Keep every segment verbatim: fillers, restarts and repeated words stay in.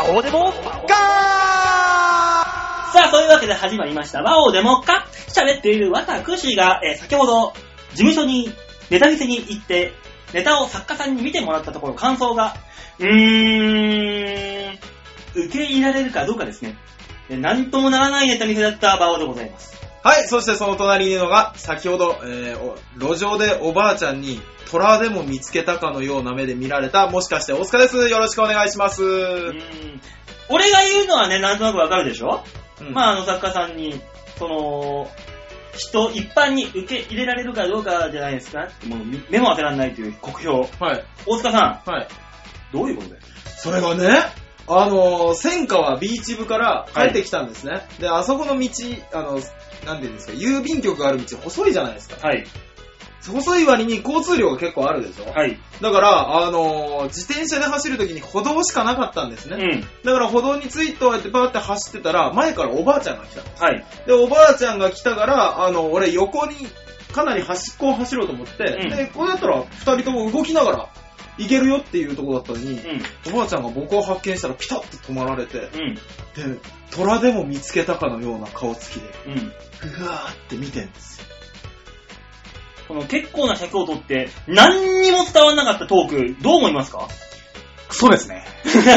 オデモガー。 さあ、そういうわけで始まりました。ワオデモか喋っている私が、えー、先ほど事務所にネタ見せに行ってネタを作家さんに見てもらったところ感想がうーん受け入れられるかどうかですね。なんともならないネタ見せだったワオでございます。 はい、そしてその隣にいるのが先ほど、えー、路上でおばあちゃんに虎でも見つけたかのような目で見られた、もしかして大塚です。よろしくお願いします。うーん、 俺が言うのはね、なんとなくわかるでしょ、うん、まああの作家さんにその人一般に受け入れられるかどうかじゃないですか。もう目も当てられないという酷評。 はい。 大塚さん。 はい。 どういうことだよ。 それがね、あのー、千川ビーチ部から帰ってきたんですね。はい、で、あそこの道、あの、なんていうんですか、郵便局がある道細いじゃないですか。 はい。 細い割に交通量が結構あるでしょ。 はい。 だから、あのー、自転車で走るときに歩道しかなかったんですね。うん。だから歩道についてこうやってバーって走ってたら、前からおばあちゃんが来たんです。 はい。 で、おばあちゃんが来たから、あの、俺横にかなり端っこを走ろうと思って、うん、で、こうやったら二人とも動きながら、行けるよっていうところだったのに、うん、おばあちゃんが僕を発見したらピタッと止まられて、うん、で、虎でも見つけたかのような顔つきで、うん、ふわーって見てんですよ。 この結構な尺を取って何にも伝わんなかったトーク、どう思いますか？ そうですね。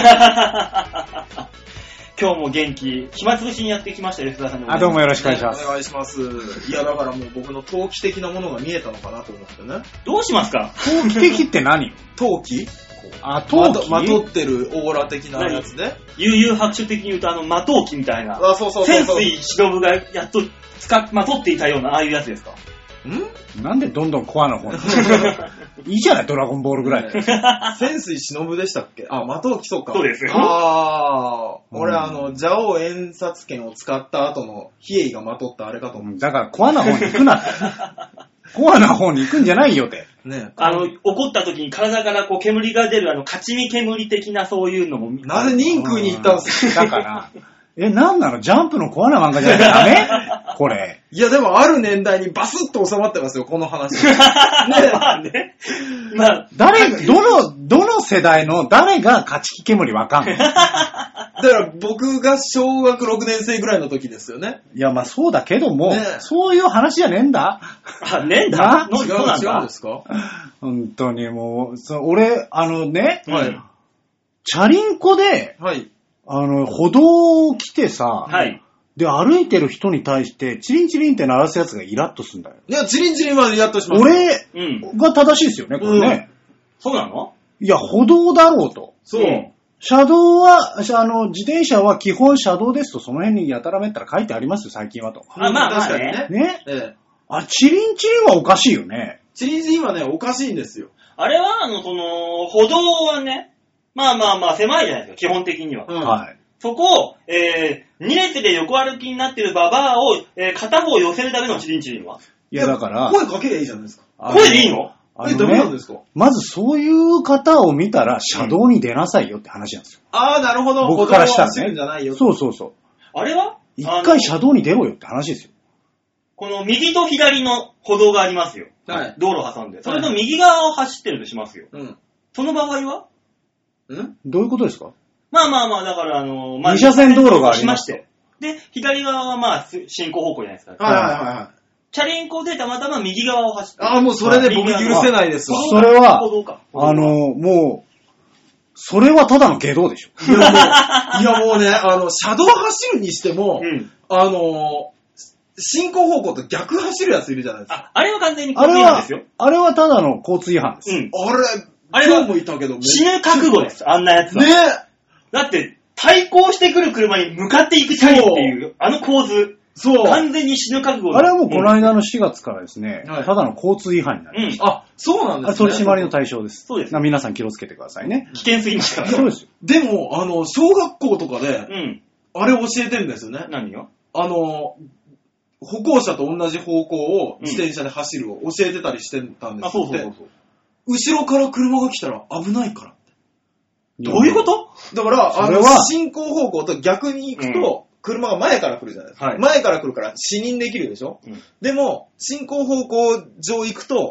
今日も元気、暇つぶしにやってきましたよ、福田さんでございます。 あ、どうもよろしくお願いします。 お願いします。いや、だからもう僕の陶器的なものが見えたのかなと思ってね。 どうしますか？ 陶器的って何？ 陶器？ あ、陶器？ まとってるオーラ的なやつね。 悠々白書的に言うと、あの、魔陶器みたいな。 あ、そうそうそうそう。 潜水忍がやっと使っ、まとっていたような、ああいうやつですか？ ん？なんでどんどんコアな方にいいじゃない、ドラゴンボールぐらい。 潜水忍でしたっけ？あ、魔陶器、そうか。 そうですよ。 あー、俺、うん、あの、蛇王演札剣を使った後の比叡がまとったあれかと思う。 だからコアな方に行くなって。コアな方に行くんじゃないよって。 ね、あの、怒った時に体からこう煙が出る、あの、勝ち身煙的なそういうのも。 なぜ人空に行ったんですか？ だから。え、なんなの？ジャンプのコアな漫画じゃないダメ？これ。 いや、でもある年代にバスッと収まってますよ、この話。 ね。まあね。 まあ、誰、どの、どの世代の誰が勝ち気煙わかんない。だから僕が小学ろくねん生ぐらいの時ですよね。 いや、まあそうだけども、ね、そういう話じゃねえんだ。 あ、ねえんだ。 違う、違うんですか？ 本当にもう、そ俺、あのね、 はい。 チャリンコで、 はい。 あの、歩道を来てさ、 はい。 で、歩いてる人に対して、チリンチリンって鳴らすやつがイラッとするんだよ。 いや、チリンチリンはイラッとします。 俺が正しいですよね、これね。 うん、そうなの？ いや、歩道だろうと。 そう。 車道は、あの、自転車は基本車道ですと、その辺にやたらめったら書いてありますよ、最近はと。 あ、まあ、確かにね。 ね。 ええ。 あ、チリンチリンはおかしいよね。 チリンチリンはね、おかしいんですよ。 あれは、あの、その、歩道はね、まあまあまあ、狭いじゃないですか、基本的には。 うん、はい。 そこを、えー、に列で横歩きになってるババアを、えー、片方寄せるためのチリンチリンは。 いや、だから。 声かけりゃいいじゃないですか。 声でいいの？ あれ、ダメなんですか？ まずそういう方を見たら、車道に出なさいよって話なんですよ。 ああ、なるほど。 僕からしたらね。 んじゃないよ。 そうそうそう。 あれは一回車道に出ろよって話ですよ。 この右と左の歩道がありますよ。 はい。 道路を挟んで。それの右側を走ってるとしますよ。 うん。 その場合はんどういうことですか？ まあまあまあ、だから、あのー、まあ、 二車線道路がありまして。 で、左側はまあ、進行方向じゃないですか。 はいはいはいはい。 チャリンコでたまたま右側を走って。 ああ、もうそれで僕許せないですわ。 それは、あのー、もう、それはただの下道でしょ。 いやもう、いやもうね、あの、車道走るにしても、うん、あのー、進行方向と逆走るやついるじゃないですか。 あ、あれは完全に交通違反ですよ。 あれは、あれはただの交通違反です。 うん。あれ、あれはもういたけど、 死ぬ覚悟です、あんなやつは。 ねえ。 だって、対向してくる車に向かっていくチャリっていう、あの構図。 そう。 完全に死ぬ覚悟。 あれはもうこの間のしがつからですね、うん、ただの交通違反になりました。 うん、あ、そうなんですね。 取り締まりの対象です。 そうです。 皆さん気をつけてくださいね。 危険すぎますから。 そうですよ。 でも、あの、小学校とかで、 うん、 あれ教えてるんですよね。 何よ？ あの、歩行者と同じ方向を自転車で走るを教えてたりしてたんですよ。 あ、そうそうそうそう。 後ろから車が来たら危ないから。 どういうこと？ だから、あの、進行方向と逆に行くと、うん、車が前から来るじゃないですか。はい、前から来るから視認できるでしょ、うん、でも、進行方向上行くと、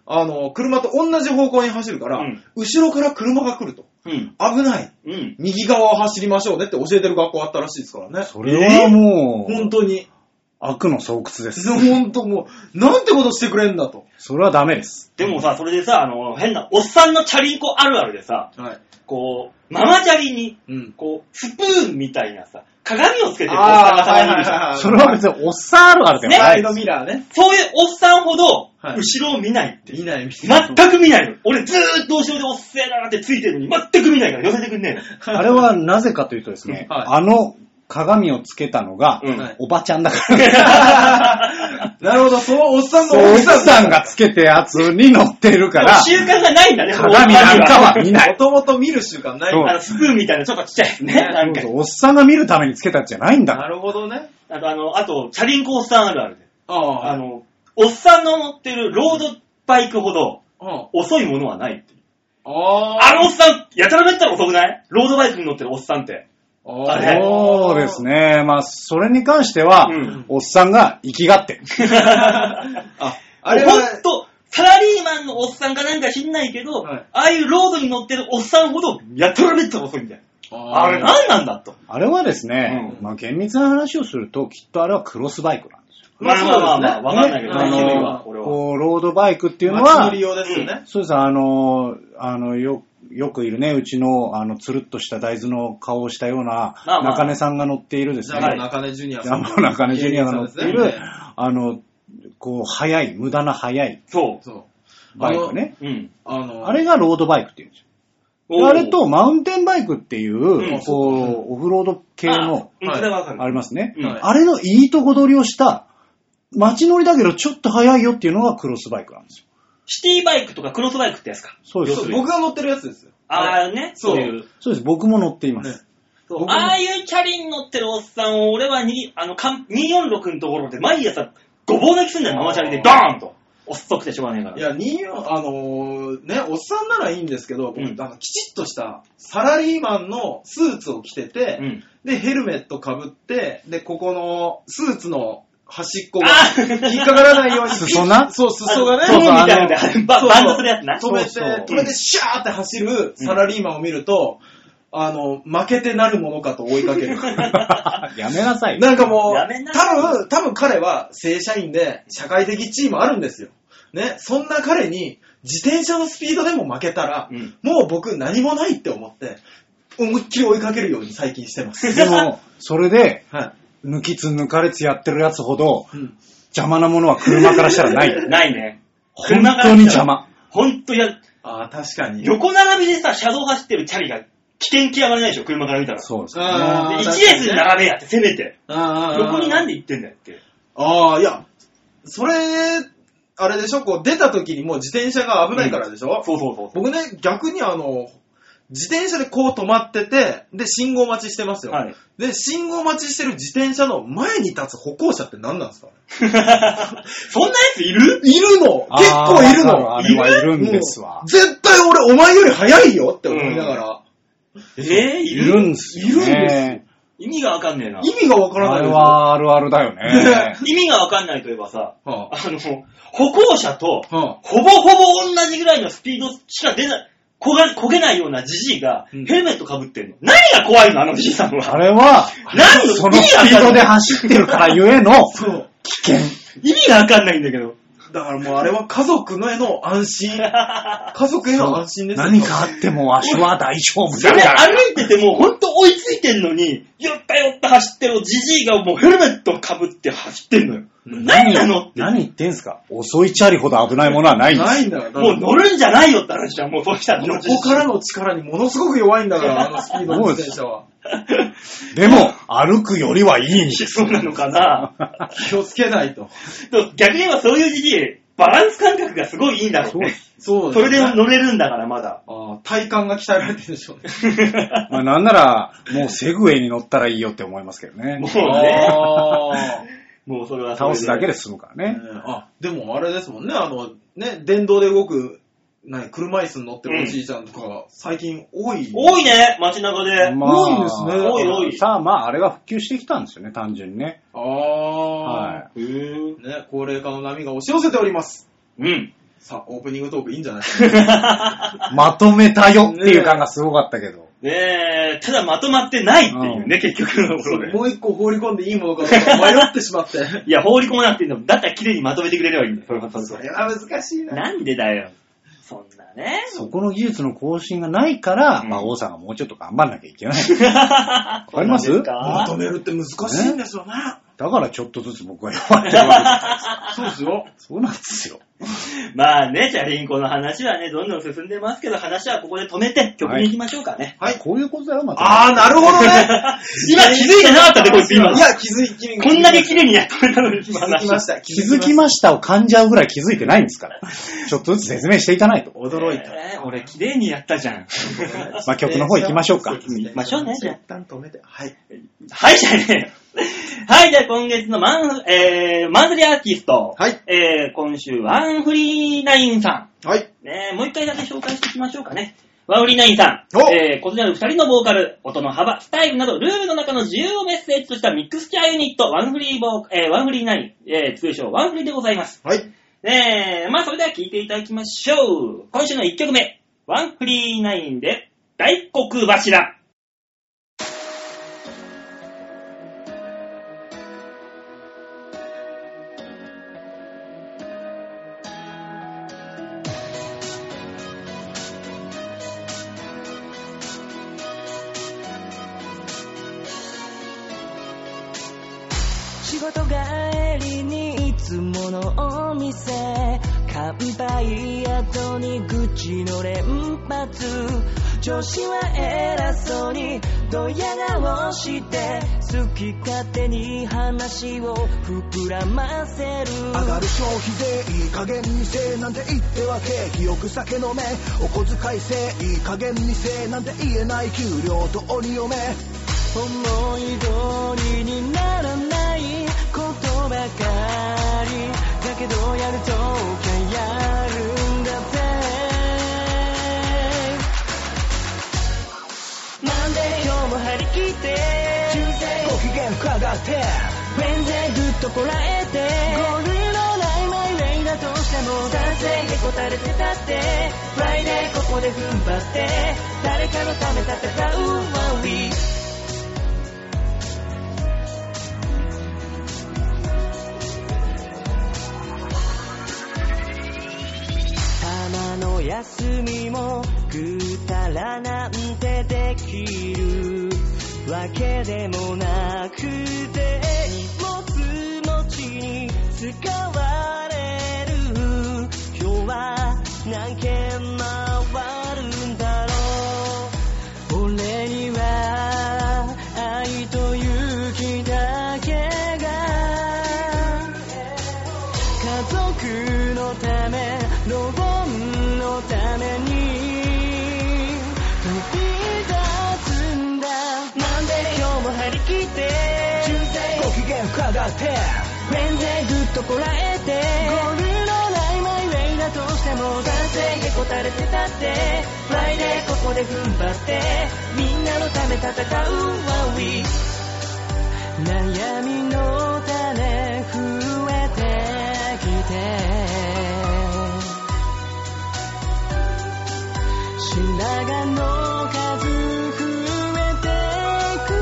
あの、車と同じ方向に走るから、うん、後ろから車が来ると。うん、危ない、うん。右側を走りましょうねって教えてる学校あったらしいですからね。 それはもう、 本当に。 悪の巣窟です。 本当もう、なんてことしてくれんだと。 それはダメです。 でもさ、それでさ、あの、変な、おっさんのチャリンコあるあるでさ、はい、こう、ママチャリに、うん、こう、スプーンみたいなさ、鏡をつけてるおっさんがたまにいるじゃん。 それは別におっさんあるあるでもない。 サイドミラーね。 そういうおっさんほど、後ろを見ないって。 見ない見ない。 全く見ないの。俺ずーっと後ろでおっせーだなってついてるのに、全く見ないから寄せてくんねえの。 あれはなぜかというとですね、はい、あの、鏡をつけたのが、うん、おばちゃんだから。 なるほど、そのおっさんのおっさんがつけたやつに乗ってるから。 習慣がないんだね、 鏡なんかは見ない。 もともと見る習慣ない。 あのスプーンみたいなちょっとちっちゃいやつね。なんかそうそうおっさんが見るためにつけたやつじゃないんだ。 なるほどね。 あと、あの、あと、チャリンコおっさんあるあるで。ああ。あの、おっさんの乗ってるロードバイクほど、遅いものはないって。ああ。あのおっさん、やたらめったら遅くないロードバイクに乗ってるおっさんって。 あれそうですね。まあ、それに関しては、うん、おっさんが生きがってる。 あ、あれはほんと、サラリーマンのおっさんかなんか知んないけど、はい、ああいうロードに乗ってるおっさんほど、やたらめったら遅いんだよ。あ, あれ何なんだと。 あれはですね、うん、まあ厳密な話をすると、きっとあれはクロスバイクなんですよ。 まあまあまあまあ、わかんないけど、ね、種類は、 これは。こう、ロードバイクっていうのは、 街乗り用ですよね、 うん。そうです、あの、あの、よ、よくいるね、うちの、あの、つるっとした大豆の顔をしたような、まあまあ、中根さんが乗っているですね。 ジャンボ中根ジュニアさん。 ジャンボ中根ジュニアが乗っている、ね、あの、こう、速い、無駄な速い。 そう。そう。 バイクね。 うん。 あの、あれがロードバイクって言うんですよ。あれと、マウンテンバイクっていう、うん、こう、オフロード系の、 あ、はい、 ありますね、うん。あれのいいとこ取りをした、街乗りだけどちょっと速いよっていうのがクロスバイクなんですよ。 シティバイクとかクロスバイクってやつか。 そうです。 僕が乗ってるやつですよ。 ああね。 そういう。そうです。僕も乗っています。ね、 そうああいうチャリに乗ってるおっさんを俺はに、あの、にひゃくよんじゅうろくのところで毎朝ごぼう抜きすんだよ、ママチャリでドーンと。遅くてしょうがねえから。 いや、に、あのー、ね、おっさんならいいんですけど、僕、うん、なんかきちっとしたサラリーマンのスーツを着てて、うん、で、ヘルメットかぶって、で、ここのスーツの端っこが引っかからないように。 裾なそう、裾がね。 そうそう、みたいなバンドするやつな。 止めて、止めてシャーって走るサラリーマンを見ると、うん、あの、負けてなるものかと追いかける。 やめなさい。 なんかもう、多分、多分彼は正社員で社会的地位もあるんですよ。ね、そんな彼に自転車のスピードでも負けたら、うん、もう僕何もないって思って、思いっきり追いかけるように最近してます。 でも、それで、はい、抜きつ抜かれつやってるやつほど、うん、邪魔なものは車からしたらない。 ないね。 本当に邪魔。 本当や、 ああ、確かに。 横並びでさ、車道走ってるチャリが危険極まりないでしょ、車から見たら。 そうですね。で一列に並べやって、せめて。横になんで行ってんだよって。 ああ、いや、それ、あれでしょ、こう出た時にもう自転車が危ないからでしょ、 うん、そうそうそう。 僕ね、逆にあの、自転車でこう止まってて、で、信号待ちしてますよ。はい、で、信号待ちしてる自転車の前に立つ歩行者って何なんですかそんなやついるいるの結構いるのあれはいるんですわ。 絶対俺お前より早いよって思いながら。 うん、えー、いるいるんですよ、ね。 いるんです。 意味がわかんねえな。 意味がわからない。 あれはあるあるだよね。 意味がわかんないといえばさ、はあ、あの、歩行者と、はあ、ほぼほぼ同じぐらいのスピードしか出ない、焦が焦げないようなジジイが、ヘルメット被ってんの。何が怖いのあのジジイさんは。 あれは、 何のそのスピードで走ってるからゆえの、危険。 意味がわかんないんだけど。 だからもうあれは家族のへの安心。家族への安心ですよ。 何かあってもわしは大丈夫だから。歩いててもうほんと追いついてんのに、よったよった走ってるジジイがもうヘルメット被って走ってんのよ。何なのって。 何言ってんすか。遅いチャリほど危ないものはないんです。 ないんだよ。 もう乗るんじゃないよって話はもうそうしたら。 横からの力にものすごく弱いんだから、あのスピードの自転車は。 でも、歩くよりはいいんです。 そうなのかな気をつけないと。 逆に言えばそういうジジイ、バランス感覚がすごいいいんだろうね。 そう。 それで乗れるんだからまだ。 あ体幹が鍛えられてるでしょうね。 まあなんなら、もうセグウェイに乗ったらいいよって思いますけどね。 もうね。もうそれは倒すだけで済むからね。 えー、あ、でもあれですもんね、あの、ね、電動で動く、何、車椅子に乗ってるおじいちゃんとかが最近多い。 多いね、街中で。 まあ、多いですね。 多い多い。 さあまあ、あれが普及してきたんですよね、単純にね。 ああ。はい。へえ。ね、高齢化の波が押し寄せております。 うん。 さあ、オープニングトークいいんじゃないですか。 まとめたよっていう感がすごかったけど。 ねえ、ただまとまってないっていうね、うん、結局のところで。 もう一個放り込んでいいものかどうか迷ってしまって。 いや、放り込まなくていいの。だったら綺麗にまとめてくれればいいんだ。それはそれは難しいな。 なんでだよ。そんなね。 そこの技術の更新がないから、うん、まあ、王さんがもうちょっと頑張んなきゃいけない。わかります？ まとめるって難しいんですよね。 だからちょっとずつ僕は弱ってるわけです。そうですよ。 そうなんですよ。 まあね、チャリンコの話はね、どんどん進んでますけど、話はここで止めて曲に行きましょうかね。 はい。はい、こういうことだよ、また。 あー、なるほどね。 今気づいてなかったね、こいつ今。 いや、気づいて、 こんなに綺麗にやっとめたのに気づきました。 気づきましたを噛んじゃうぐらい気づいてないんですから。ちょっとずつ説明していかないと。 驚いた。 えー、俺綺麗にやったじゃん。 まあ曲の方行きましょうか。 行きましょうね、じゃあ。 一旦止めて。はい。 はい、じゃあね。はい、じゃあ今月のマン、えー、マンスリーアーティスト。 はい。 えー、今週、ワンフリーナインさん。 はい。 ね、もう一回だけ紹介していきましょうかね。ワンフリーナインさん。えー、こちらの二人のボーカル、音の幅、スタイルなど、ルールの中の自由をメッセージとしたミックスチャーユニット、ワンフリーボー、えー、ワンフリーナイン、えー、通称ワンフリーでございます。 はい。 ねえ、まあそれでは聴いていただきましょう。今週の一曲目、ワンフリーナインで、大黒柱。 仕事帰りにいつものお店、乾杯後に愚痴の連発、上司は偉そうにドヤ顔して好き勝手に話を膨らませる。 上がる消費税いい加減にせなんて言っては景気よく酒飲め、お小遣い制いい加減にせなんて言えない給料と鬼嫁、 思い通りにならないことばかりだけどやるとやるんだぜ。なんで今日も張り切ってご機嫌伺ってウェンゼグッとこらえて、ゴールのないマイウェイだとしても賛成へこたれてたってフライデーここで踏ん張って誰かのため戦うワンウィー。休みもぐうたらなんてできるわけでもなくて、荷物持ちに使われる。今日は何軒回るんだろう。俺には愛と勇気だけが家族のためロボのために飛び立つんだ。なんで今日も張り切ってご機嫌伺ってウェンゼグッとこらえて、ゴールのないマイウェイだとしても男性へこたれてたってフライデーここで踏ん張ってみんなのため戦うワンウィー。悩みの種増えてきて白髪の数増えてく、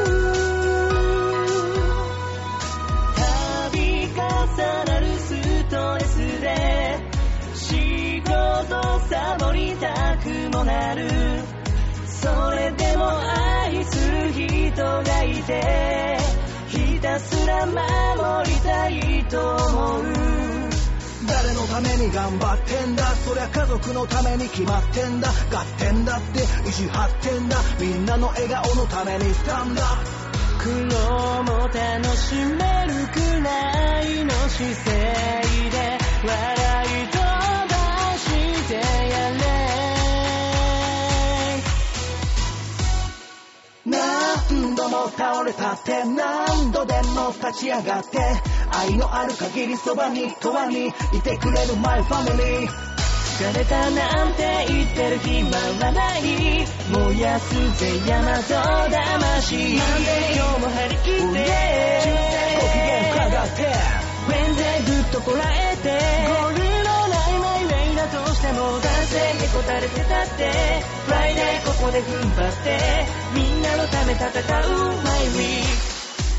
度重なるストレスで仕事サボりたくもなる。それでも愛する人がいてひたすら守りたいと思う。 誰のために頑張ってんだ、そりゃ家族のために決まってんだ、合点だって意地張ってんだ、みんなの笑顔のためにスタンダップ。 苦労も楽しめるくらいの姿勢で笑い飛ばしてやれ。 何度も倒れたって何度でも立ち上がって愛のある限りそばに永遠にいてくれるマイファミリー。 疲れたなんて言ってる暇はない、燃やすぜ山と魂。なんで今日も張り切ってご機嫌伺ってウェンゼグッとこらえて、ゴールのないマイウェこたれてたってフライデーここで踏ん張ってみんなのため戦う My Week。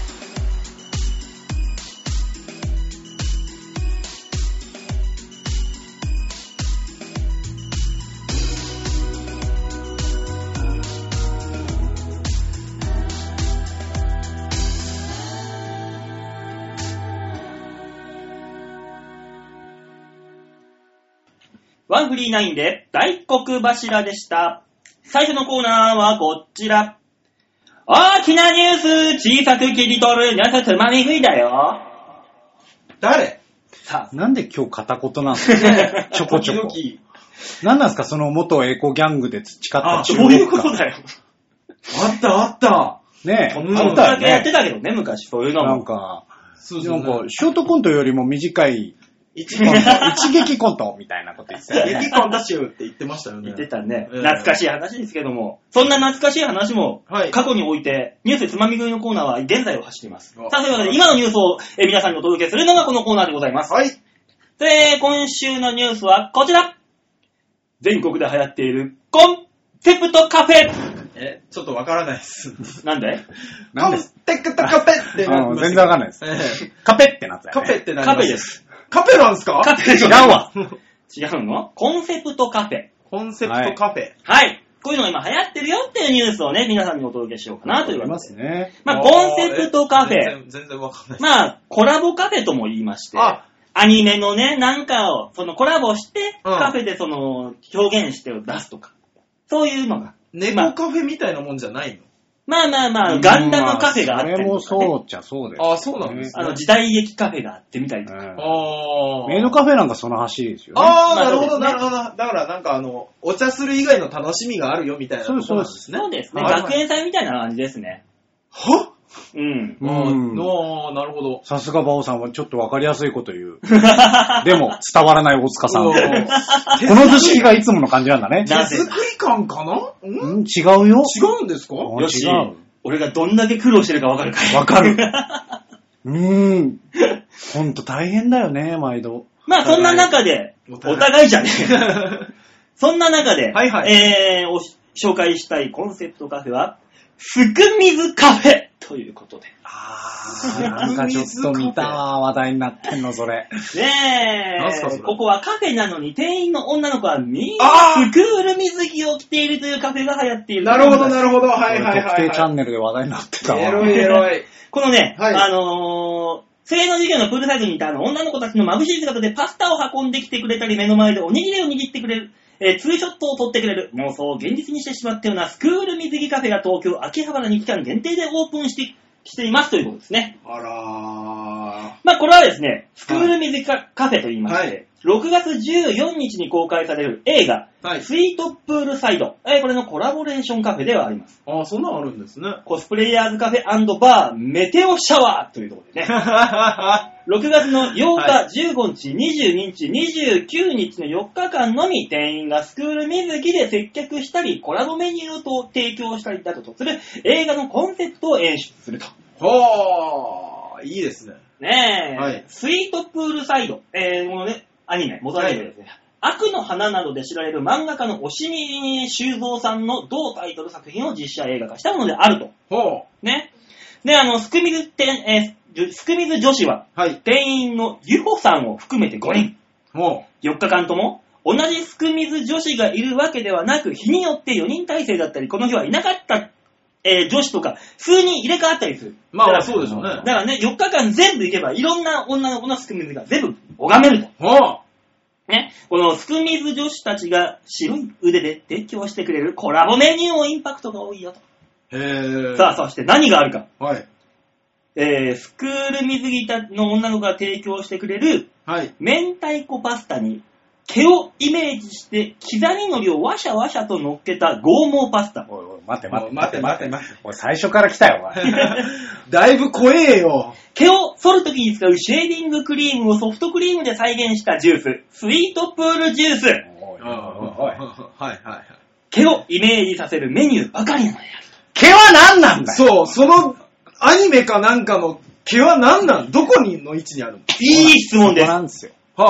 ワンフリーナインで大黒柱でした。最初のコーナーはこちら。大きなニュース小さく切り取るニュースつまみ食いだよ。 誰？ さあ、なんで今日片言なんですかちょこちょこ。なんなんですかその元エコギャングで培った中国感。そういうことだよ。 あったあった。 ねえ。 うん、あったよね。やってたけどね、昔そういうのも。 なんか、そうそうね、なんか、ショートコントよりも短い、一コント、一撃コントみたいなこと言ってたよね。 激コント集って言ってましたよね。 言ってたね。えー、懐かしい話ですけども、そんな懐かしい話も、過去において、ニュースつまみ食いのコーナーは現在を走っています。さあ、というわけで、今のニュースをえ皆さんにお届けするのがこのコーナーでございます。 はい。 で、今週のニュースはこちら。全国で流行っているコンセプトカフェ。 え、ちょっとわからないです。 なんでコンセプトカフェってなってます。 全然わかんないです。えー、カペってなったよね。 カペってなってます。 カペです。 カフェなんすか？ カフェ違うわ。違うの？コンセプトカフェ。 コンセプトカフェ。 はい。はい。こういうのが今流行ってるよっていうニュースをね、皆さんにお届けしようかなというわけです。 ね。 まあ、コンセプトカフェ。 全然、全然わかんない。 まあ、コラボカフェとも言いまして。あ、アニメのね、なんかを、そのコラボして、カフェでその、表現してを出すとか。そういうのが。 猫カフェみたいなもんじゃないの？ まあまあまあ、ガンダムカフェがあったりとか、ね。 それもそうっちゃそうです、ね。 ああ、そうなんですね。 あの、時代劇カフェがあってみたりとか。うん、 ああ。 メイドカフェなんかその走りですよね。 ああ、なるほど、なるほど。だからなんかあの、お茶する以外の楽しみがあるよみたいなところなんですね。 そうですね。学園祭みたいな感じですね。 はっうん。 うん。ああ、なるほど。 さすがバオさんはちょっとわかりやすいこと言う。でも、伝わらない大塚さん。この図式がいつもの感じなんだね。 手作り感かな？ うん、違うよ。 違うんですか？ よし。俺がどんだけ苦労してるかわかるかい？ わかる。うーん。ほんと大変だよね、毎度。 まあ、そんな中で、お互いじゃねえ。そんな中で、はいはい、えー、お紹介したいコンセプトカフェは、すくみずカフェということで。 あー、なんかちょっと見たわ、話題になってんの、それ。 ねえ、ここはカフェなのに店員の女の子はみんなスクール水着を着ているというカフェが流行っている。 なるほど、なるほど。はいはいはい、はい。 特定チャンネルで話題になってたわ。 エロいエロい。 このね、はい、あのー、生の授業のプールサイドにいたあの女の子たちの眩しい姿でパスタを運んできてくれたり、目の前でおにぎりを握ってくれる。えー、ツーショットを撮ってくれる妄想を現実にしてしまったようなスクール水着カフェが東京秋葉原に期間限定でオープンしてしていますということですね。 あらー。 まあこれはですね、スクール水着カフェと言いまして、はい、ろくがつじゅうよっかに公開される映画、はい、スイートプールサイド、えー、これのコラボレーションカフェではあります。 ああ、そんなのあるんですね。 コスプレイヤーズカフェ&バーメテオシャワーというところでね。ろくがつのようか、はい、じゅうごにち、にじゅうににち、にじゅうくにちのよっかかんのみ店員がスクール水着で接客したり、コラボメニューを提供したりだとする映画のコンセプトを演出すると。 はぁー、いいですね。 ねえ、はい、スイートプールサイド、えー、このね、アニメ、元アニメですね。はい、悪の花などで知られる漫画家の押見修造さんの同タイトル作品を実写映画化したものであると。 ほう。 ね。で、あの、スクミズ店、えー、スクミズ女子は、はい、店員のユホさんを含めてごにん。 ほう。 よっかかんとも、同じスクミズ女子がいるわけではなく、日によってよにん体制だったり、この日はいなかった、えー、女子とか、数人入れ替わったりする。 まあ、そうでしょうね。 だからね、よっかかん全部行けば、いろんな女の子のスクミズが全部拝めると。 ほう。 ね、このスクミズ女子たちが白い腕で提供してくれるコラボメニューをインパクトが多いよと。 へー。 さあ、そして何があるか。 はい。 えー、スクール水着の女の子が提供してくれる、はい。明太子パスタに毛をイメージして刻み海苔をワシャワシャと乗っけた剛毛パスタ。 おいおい、待って待って待って待って待って。おい、最初から来たよ、お前。 だいぶ怖えよ。 毛を剃るときに使うシェーディングクリームをソフトクリームで再現したジュース、スイートプールジュース。おいおいおい。はいはいはい。 毛をイメージさせるメニューばかりなのである。 毛は何なんだよ。 そう、そのアニメかなんかの毛は何なん？どこにの位置にあるの？ いい質問です。 なんですよ。 はあ。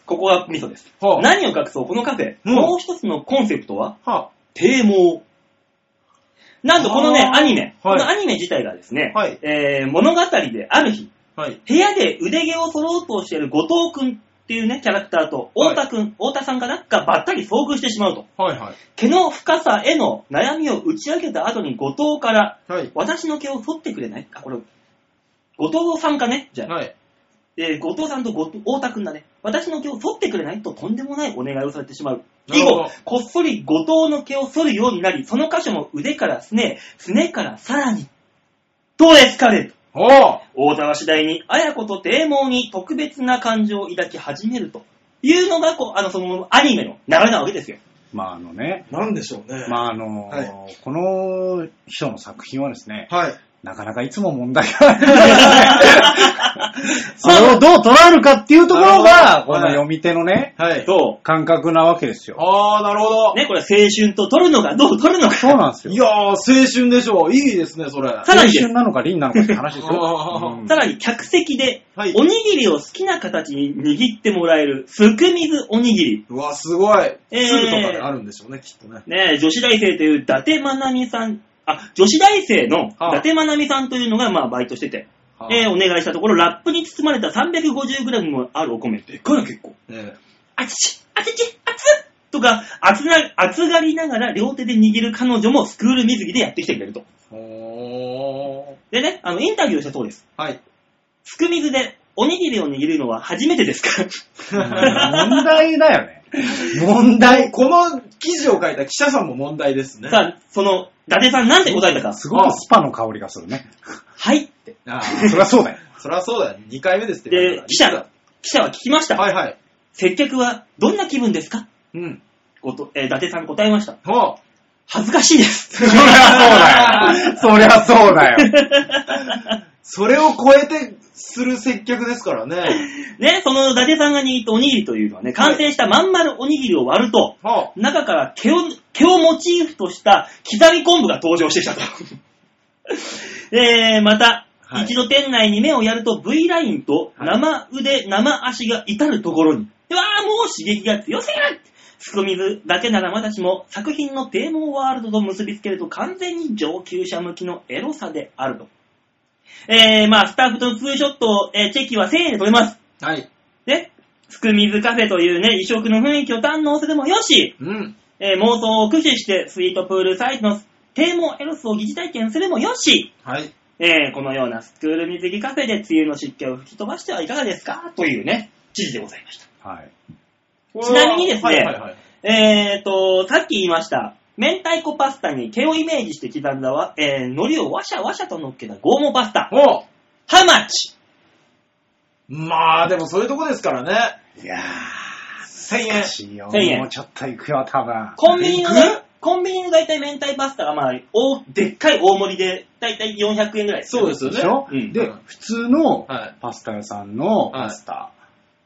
ここがミソです。 はあ、 何を隠そう、このカフェ、うん、もう一つのコンセプトは、 はあ、 堤防。なんとこのね、アニメ、 はい、 このアニメ自体がですね、 はい、 えー、物語である日、 はい、 部屋で腕毛を剃ろうとしている後藤くんっていうね、キャラクターと、太田くん、はい、太田さんかながばったり遭遇してしまうと。 はいはい、 毛の深さへの悩みを打ち明けた後に後藤から、 はい、 私の毛を剃ってくれないあ、これ、後藤さんかねじゃあ。 はい、 えー、後藤さんと後藤太田くんだね。私の毛を剃ってくれないととんでもないお願いをされてしまう。以後、こっそり後藤の毛を剃るようになり、その箇所も腕からすね、すねからさらに、とエスカレート。太田は次第に、綾子と堤防に特別な感情を抱き始めるというのが、こう、あの、その、アニメの流れなわけですよ。 まあ、あのね。 なんでしょうね。 まあ、あの、はい、この人の作品はですね、 はい。 なかなかいつも問題がある。それをどう捉えるかっていうところが、この読み手のね、 はい、 そう感覚なわけですよ。 ああ、なるほど。 ね、これ青春と取るのか、どう取るのか。 そうなんですよ。 いやー、青春でしょう。いいですね、それ。 さらに青春なのか凛なのかって話ですよ。 うん、さらに客席で、はい、おにぎりを好きな形に握ってもらえる、すくみずおにぎり。 うわ、すごい。えー、すぐとかであるんでしょうね、きっとね。 ね、女子大生という伊達まなみさん、あ、女子大生の伊達まなみさんというのが、まあ、バイトしてて、はあ、えー、お願いしたところ、ラップに包まれた さんびゃくごじゅうグラム もあるお米。でっかいな、結構。ね、あちち、あちち、あつとか、熱が、熱がりながら両手で握る彼女もスクール水着でやってきてくれると。 ほー。 でね、あの、インタビューしたそうです。 はい。 すく水でおにぎりを握るのは初めてですか問題だよね。問題。 この記事を書いた記者さんも問題ですね。 さあ、その、伊達さんなんて答えたか。 すごくスパの香りがするね。 はいって。 あそりゃそうだよ。 そりゃそうだよ。にかいめですって。 で、記者が、記者は聞きました。 はいはい。 接客はどんな気分ですかうん。 ごと、えー、伊達さん答えました。 はあ、 恥ずかしいです。 そりゃそうだよ。そりゃそうだよ。 それを超えてする接客ですからね。 ね、その伊達さんが握ったおにぎりというのはね、完成したまん丸おにぎりを割ると、はい、中から毛を、毛をモチーフとした刻み昆布が登場してきたと。えー、また、はい、一度店内に目をやると V ラインと生腕、生足が至るところに。うわー、もう刺激が強すぎる！すくみずだけならまだしも作品のデーモンワールドと結びつけると完全に上級者向きのエロさであると。えー、まあ、スタッフとのツーショットを、えー、チェキはせんえんで取れます。 はい。 で、すくみずカフェというね、異色の雰囲気を堪能するもよし、 うん。 えー、妄想を駆使してスイートプールサイズのデーモンエロスを疑似体験するもよし、 はい。 えー、このようなスクール水着カフェで梅雨の湿気を吹き飛ばしてはいかがですかというね、記事でございました。 はい。 ちなみにですね、 はいはいはい、 えーと、さっき言いました、明太子パスタに毛をイメージして刻んだわ、えー、海苔をワシャワシャと乗っけたゴーモパスタ。 おハマチ。 まあ、でもそういうとこですからね。 いやー、 せんえん。 せんえん。 もうちょっと行くよ、多分。 コンビニのね、コンビニのだいたい明太パスタがまあ、おでっかい大盛りで、だいたいよんひゃくえんぐらいです、 ね。そうですよね。 でしょ、 うん、 で、普通のパスタ屋さんのパスタ、はい、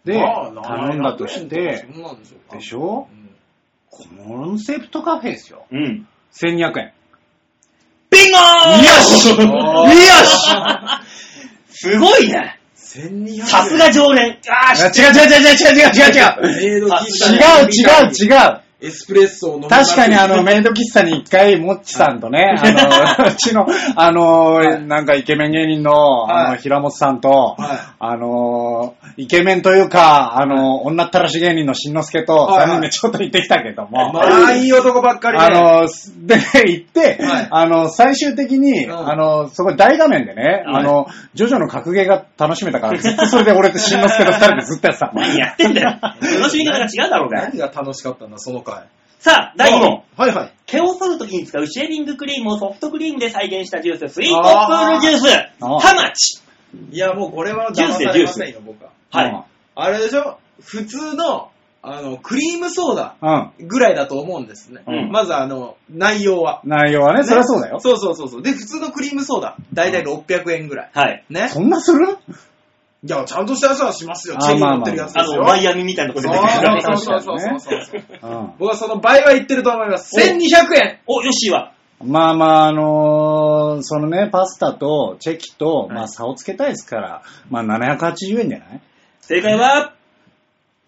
で、頼んだとして、でしょ、うん、コンセプトカフェですよ。 うん。 せんにひゃくえん。 ビンゴーよしよしすごいね。 せんにひゃくえん。 さすが常連。 あー、違う違う違う違う違う違う違う違う違う違う違うエスプレッソを飲む。 確かにあの、メイド喫茶に一回、もっちさんとね、あの、うちの、あの、はい、なんかイケメン芸人の、はい、あの、平本さんと、はい、あの、イケメンというか、あの、はい、女ったらし芸人のしんのすけと、さんにんでちょっと行ってきたけども。 まあ、いい男ばっかりね。 あの、で、行って、はい、あの、最終的に、うん、あの、そこ大画面でね、はい、あの、ジョジョの格ゲーが楽しめたから、ずっとそれで俺としんのすけと二人でずっとやってた。 何やってんだよ。楽しみ方が違うだろうが。 何が楽しかったんだ、その回。 さあ、だいに問。 はいはい。 毛を剃るときに使うシェービングクリームをソフトクリームで再現したジュース、スイートプールジュース、ハマチ。 いや、もうこれは騙されませんよ、僕は。 はい。 あれでしょ、普通の、あの、クリームソーダぐらいだと思うんですね。うん、まずあの、内容は。 内容はね、ね、そりゃそうだよ。 そうそうそうそう。で、普通のクリームソーダ、だいたいろっぴゃくえんぐらい。 はい。 ね。 そんなする？ いや、ちゃんとしたやつはしますよ。チェーンに乗ってるやつですよ。 あの、マイアミみたいなところで出てくる。 そうそうそうそうそう。僕はその倍は言ってると思います。せんにひゃくえん。 お、ヨッシーは。 まあまあ、あのー、そのね、パスタとチェキと、まあ差をつけたいですから、まあななひゃくはちじゅうえんじゃない？ 正解は、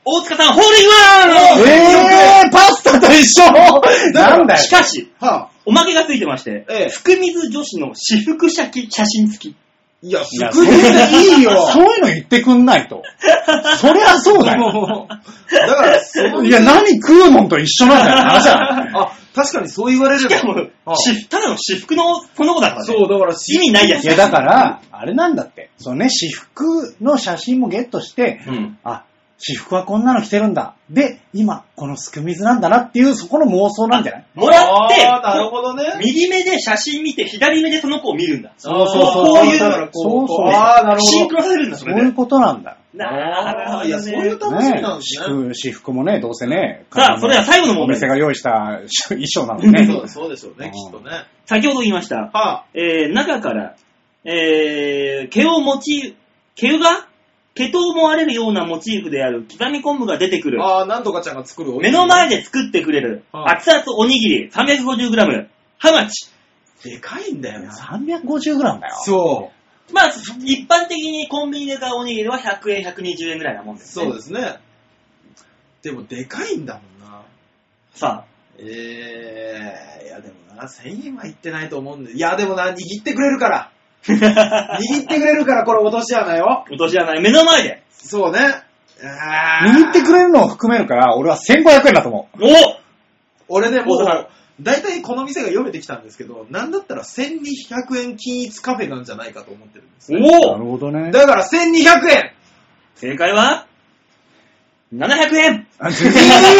大塚さん、ホールインワンえー、パスタと一緒なんだよ。 しかし、 はぁ、 おまけがついてまして、 ええ、 福水女子の私服写写真付き。 いや、福水でいいよ。 そういうの言ってくんないと。そりゃそうだよ。 だから、そういや、何食うもんと一緒なんだよ、話だ。 あ、確かにそう言われれば。 しかも、しただの私服のこの子だからね。 そう、だから意味ないやつ。 いや、だから、あれなんだって。そのね、私服の写真もゲットして、うん、あ、私服はこんなの着てるんだ。で、今、このすく水なんだなっていう、そこの妄想なんじゃない？ もらって、 なるほどね。 右目で写真見て、左目でその子を見るんだ。 そうそうそう。 こういう、 そうそう。 ああ、なるほど。 シンクロさせるんだ、それで。 そういうことなんだよ。 なるほど。 いや、そういう楽しみなんですね。 私服もね、どうせね。 さあ、それでは最後の問題。 お店が用意した衣装なのでね。 そうそうでしょうね、きっとね。 先ほど言いました。はあ、えー、中から、えー、毛を持ち、毛が毛と思われるようなモチーフである刻み昆布が出てくる。 ああ、なんとかちゃんが作るおにぎり。 目の前で作ってくれる、はあ、熱々おにぎり さんびゃくごじゅうグラム。ハウマッチ？ でかいんだよな。 さんびゃくごじゅうグラムだよ。 そう。 まあ、一般的にコンビニで買うおにぎりはひゃくえん、ひゃくにじゅうえんぐらいなもんですね。 そうですね。でもでかいんだもんな。 さあ。 えー、いやでもな、せんえんはいってないと思うんで。いやでもな、握ってくれるから。握ってくれるからこれ落とし穴よ。 落とし穴、目の前で。 そうね。 握ってくれるのを含めるから、俺はせんごひゃくえんだと思う。 お俺ね、もう、だいたいこの店が読めてきたんですけど、なんだったらせんにひゃくえん均一カフェなんじゃないかと思ってるんですね。 おなるほどね。 だからせんにひゃくえん。 正解はななひゃくえん。 全然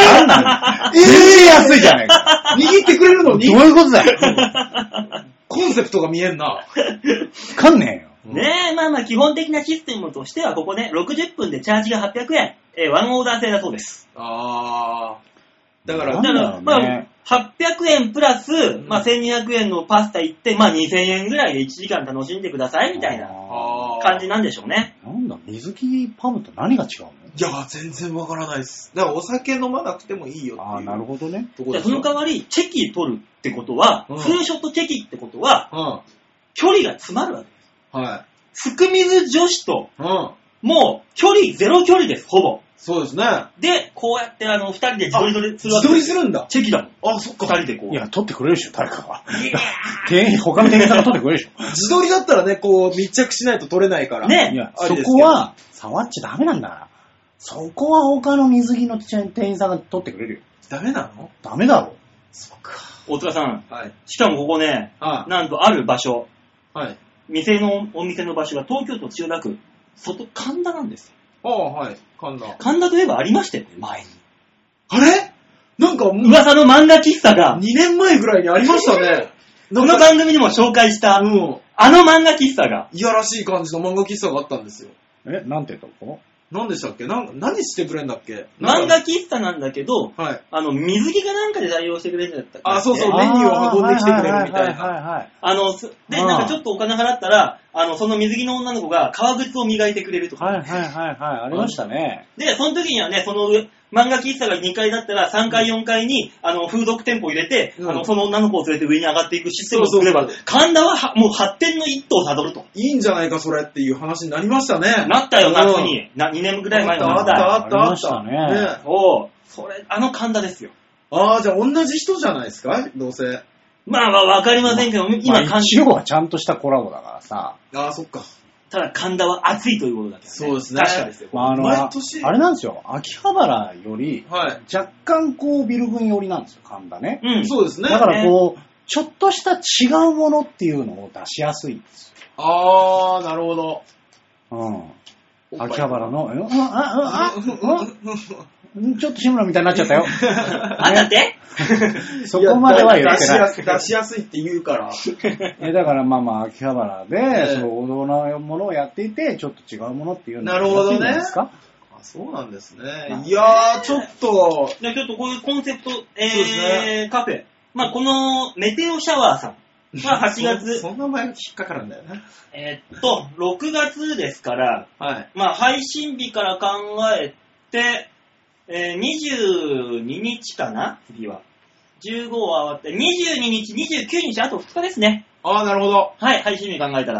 安いじゃないか。 握ってくれるのにどういうことだよ。 コンセプトが見えんな。 わかんねえよ。 ねえ、まあまあ基本的なシステムとしてはここね、ろくじゅっぷんでチャージがはっぴゃくえん。えー、ワンオーダー制だそうです。 あー。だから、 だから、まあ、はっぴゃくえんプラス、うん、まあせんにひゃくえんのパスタ行って、まあにせんえんぐらいでいちじかん楽しんでくださいみたいな感じなんでしょうね。 なんだ、水着パブと何が違うの？ いや、全然わからないです。だからお酒飲まなくてもいいよっていう。 ああ、なるほどね。 じゃあその代わり、チェキ取るってことは、うん、ツーショットチェキってことは、うん、距離が詰まるわけです。 はい。 すく水女子と、 うん、 もう距離、ゼロ距離です、ほぼ。 そうですね。 で、こうやってあの、二人で自撮り撮りするわけです。自撮りするんだ。 チェキだもん。 あ、そっか。 二人でこう。 いや、撮ってくれるでしょ、誰かが。いや店員、他の店員さんが撮ってくれるでしょ。 自撮りだったらね、こう、密着しないと撮れないから。 ね。 いや、そこは、触っちゃダメなんだから。そこは他の水着の店員さんが撮ってくれるよ。 ダメなの？ ダメだろ。 そっか。 大塚さん。 はい。 しかもここね、はい、なんとある場所。 はい。 店の、お店の場所が東京都千代田区、外、神田なんですよ。 ああ、はい。神田。 神田といえばありましたよね、前に。 あれなんか、 噂の漫画喫茶が。 にねんまえぐらいにありましたね。 この番組にも紹介した、うん、あの漫画喫茶が。 いやらしい感じの漫画喫茶があったんですよ。 え、なんてとこ？ 何でしたっけ？な何してくれんだっけ？ 漫画喫茶なんだけど、 はい、 あの、水着かなんかで代用してくれるんだったっけ？ あ、そうそう、メニューを運んできてくれるみたいな。 あの、で、なんかちょっとお金払ったら、あの、その水着の女の子が革靴を磨いてくれるとか。 はいはいはいはい、ありましたね。 で、その時にはね、その漫画喫茶がにかいだったらさんかいよんかいに、あの、風俗店舗入れて、うん、あの、その女の子を連れて上に上がっていくシステムを作れば、神田ははもう発展の一途を辿ると。 いいんじゃないか、それっていう話になりましたね。 なったよ、夏に。なにねんぐらい前の夏だ。あったあったあった。 ありましたね。 ねそう。それ、あの神田ですよ。 ああ、じゃあ同じ人じゃないですか、どうせ。 まあまあ、わかりませんけど、まあ、今、 まあ、一応はちゃんとしたコラボだからさ。 ああ、そっか。 ただ、神田は熱いということだけどね。 そうですね。 確かですよ。 まあ、あの、あれなんですよ。秋葉原より、 はい、 若干こう、ビル群寄りなんですよ、神田ね。 うん、そうですね。 だからこう、ね、ちょっとした違うものっていうのを出しやすいんですよ。ああ、なるほど。 うん。秋葉原の、あ、あ、あ、あ、ちょっと志村みたいになっちゃったよ。 あんたってそこまでは言ってない。 出しやすいって言うから。 えだからまあまあ、秋葉原で、えー、その王道なものをやっていて、ちょっと違うものっていうのがいいんじゃないですか？ あ、そうなんですね。いやー、ちょっと。 ちょっとこういうコンセプト、えー、ね、カフェ。まあこのメテオシャワーさん。まあはちがつ。 そんな前引っかかるんだよね。 えー、っと、ろくがつですから、 はい。 まあ配信日から考えて、えー、にじゅうににちかな次は。じゅうごは終わって、にじゅうににち、にじゅうくにち、あとふつかですね。 ああ、なるほど。 はい、配信日考えたら。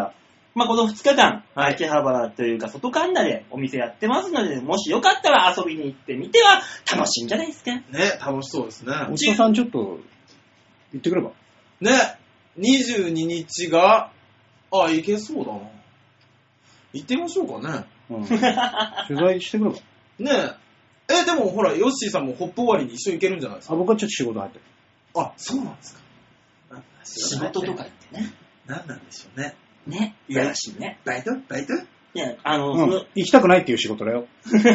まあ、このふつかかん、はい、秋葉原というか外神田でお店やってますので、もしよかったら遊びに行ってみては楽しいんじゃないですか。ね、 楽しそうですね。 お茶さんちょっと行ってくれば。 ね、にじゅうににちが、あ、行けそうだな。行ってみましょうかね。 うん、取材してくれば。 ねえ。え、でもほら、ヨッシーさんもホップ終わりに一緒に行けるんじゃないですか。 あ、僕はちょっと仕事入ってる。 あ、そうなんですか。 仕事とか言ってね。 何なんでしょうね。 ね。いやらしいね。 バイトバイトいや、あの、 うん、その行きたくないっていう仕事だよ。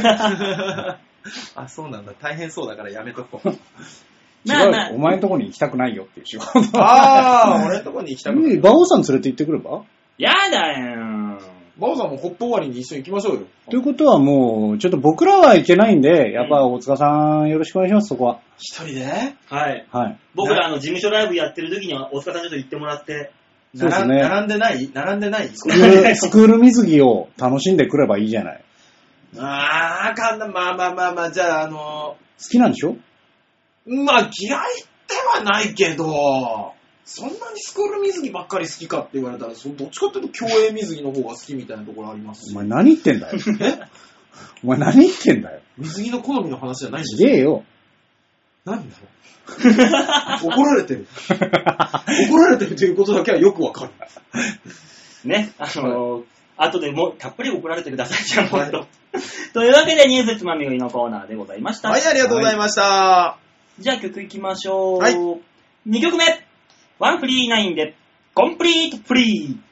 あ、そうなんだ。大変そうだからやめとこう。 違う、まあ、お前のとこに行きたくないよっていう仕事。 ああ、俺のとこに行きたくない。 馬王さん連れて行ってくれば？ やだよ。 馬王さんもホップ終わりに一緒に行きましょうよ。 ということはもう、ちょっと僕らは行けないんで、やっぱ大塚さんよろしくお願いします、そこは。 一人で？ はい。 はい。 僕らあの事務所ライブやってる時には大塚さんちょっと行ってもらって。 そうですね。 並んでない並んでないスクール、スクール水着を楽しんでくればいいじゃない。 あー、あかんな。まあまあまあまあ、じゃあ、あのー、好きなんでしょ？ まあ、嫌いではないけど、そんなにスクール水着ばっかり好きかって言われたら、そどっちかっていうと競泳水着の方が好きみたいなところありますし。 お前何言ってんだよ。えお前何言ってんだよ。 水着の好みの話じゃないんですよ。言えよ。 何だろう。怒られてる。怒られてるということだけはよくわかる。 ね、あのー、後でもうたっぷり怒られてください、じゃあ、もっと。というわけで、ニュースつまみ食いのコーナーでございました。 はい、ありがとうございました。はい、じゃあ曲いきましょう。 はい。 にきょくめ、ワンフリーナインで、コンプリートフリー。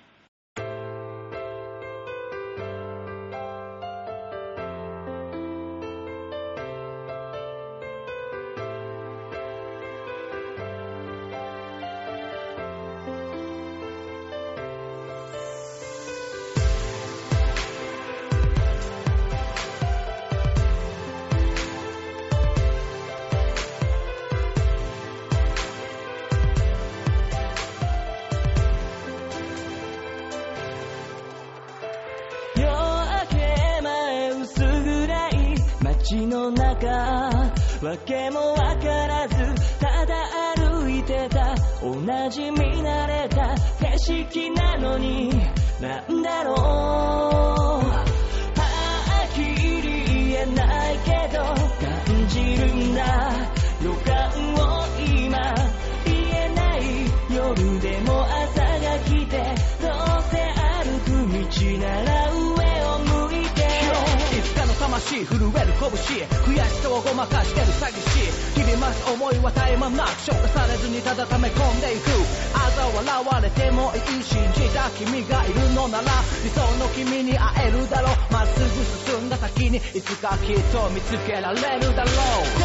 街の中わけもわからずただ歩いてた同じ見慣れた景色なのになんだろうはっきり言えないけど感じるんだ予感を今言えない夜でも朝が来てどうせ歩く道なら上を向いていつかの魂震える拳悔しさをごまかしてる詐欺師日々増す思いは絶え間なく消化されずにただ溜め込んでいく嘲笑われてもいい信じた君がいるのなら理想の君に会えるだろうまっすぐ進んだ先にいつかきっと見つけられるだろう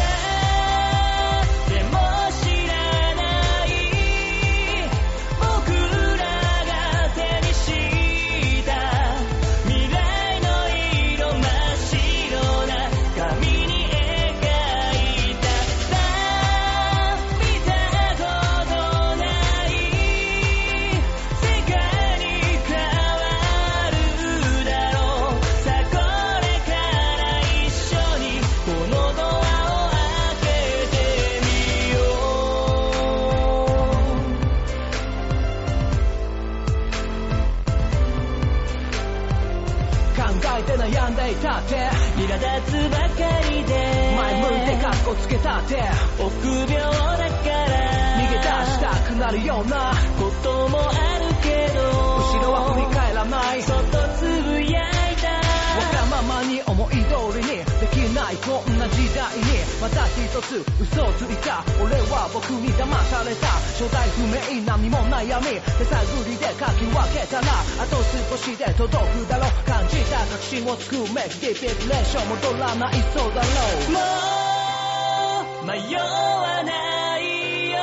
でも知らない僕らが手にした未来の色真っ白な紙に描いたさあ見たことない世界に変わるだろうさあこれから一緒にこのドアを開けてみよう考えて悩んでいたって苛立つばかりで前向いてカッコつけたって臆病だから逃げ出したくなるようなこともあるけど後ろは振り返らないそっとつぶやいたわがままに思い通りにできないこんな時代にまた一つ嘘をついた俺は僕に騙された正体不明な身も悩み手探りでかき分けたらあと少しで届くだろう感じた確信をつくめディピレーション戻らないそうだろうもう迷わないよ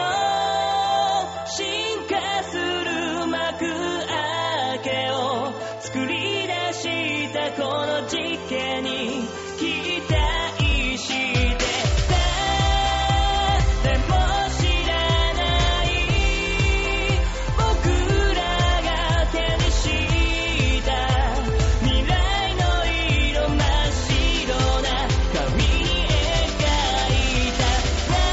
進化する幕開けを作り出したこの実験に期待してさあでも知らない僕らが手にした未来の色真っ白な紙に描いたさ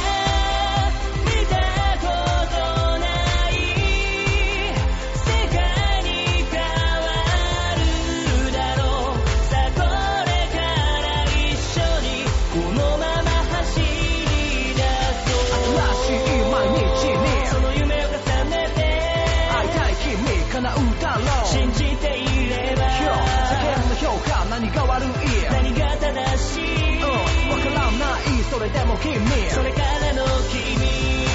れでも君それからの君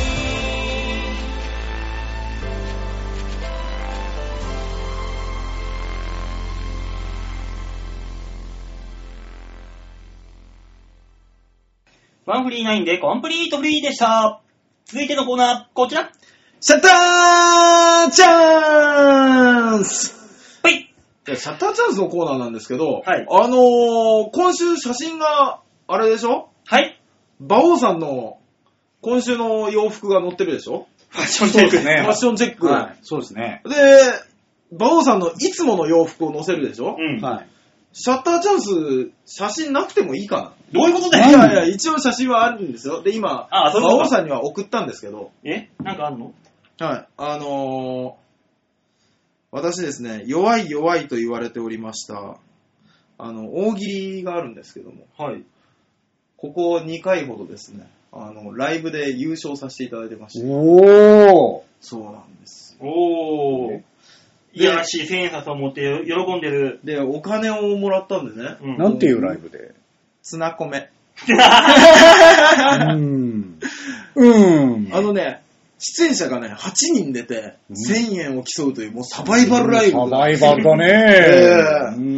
ワンフリーナインでコンプリートフリーでした。続いてのコーナー、こちら。 シャッターチャンスはい。 シャッターチャンスのコーナーなんですけど、 はい、 あのー、今週写真が、あれでしょ？ はい。 馬王さんの今週の洋服が載ってるでしょ？ ファッションチェックね。 ファッションチェック。 はい。そうですね。 で、馬王さんのいつもの洋服を載せるでしょ？ うん。 はい。 シャッターチャンス、写真なくてもいいかな。 どういうことだよ。いやいや、一応写真はあるんですよ。で、今、 ああ、そういう馬王さんには送ったんですけど。 え？なんかあんの？ はい。あのー、私ですね、弱い弱いと言われておりました、あの、大喜利があるんですけども。 はい。 ここにかいほどですね、あの、ライブで優勝させていただいてました。 おー。 そうなんです。 おー。いやらしい千円札を持って喜んでる。 で、お金をもらったんでね。 うん、なんていうライブで？ ツナコメ。 うーん。うーん。 あのね、出演者がね、はちにん出て、せんえんを競うという、もうサバイバルライブ。 サバイバルだね。 えー、 うん。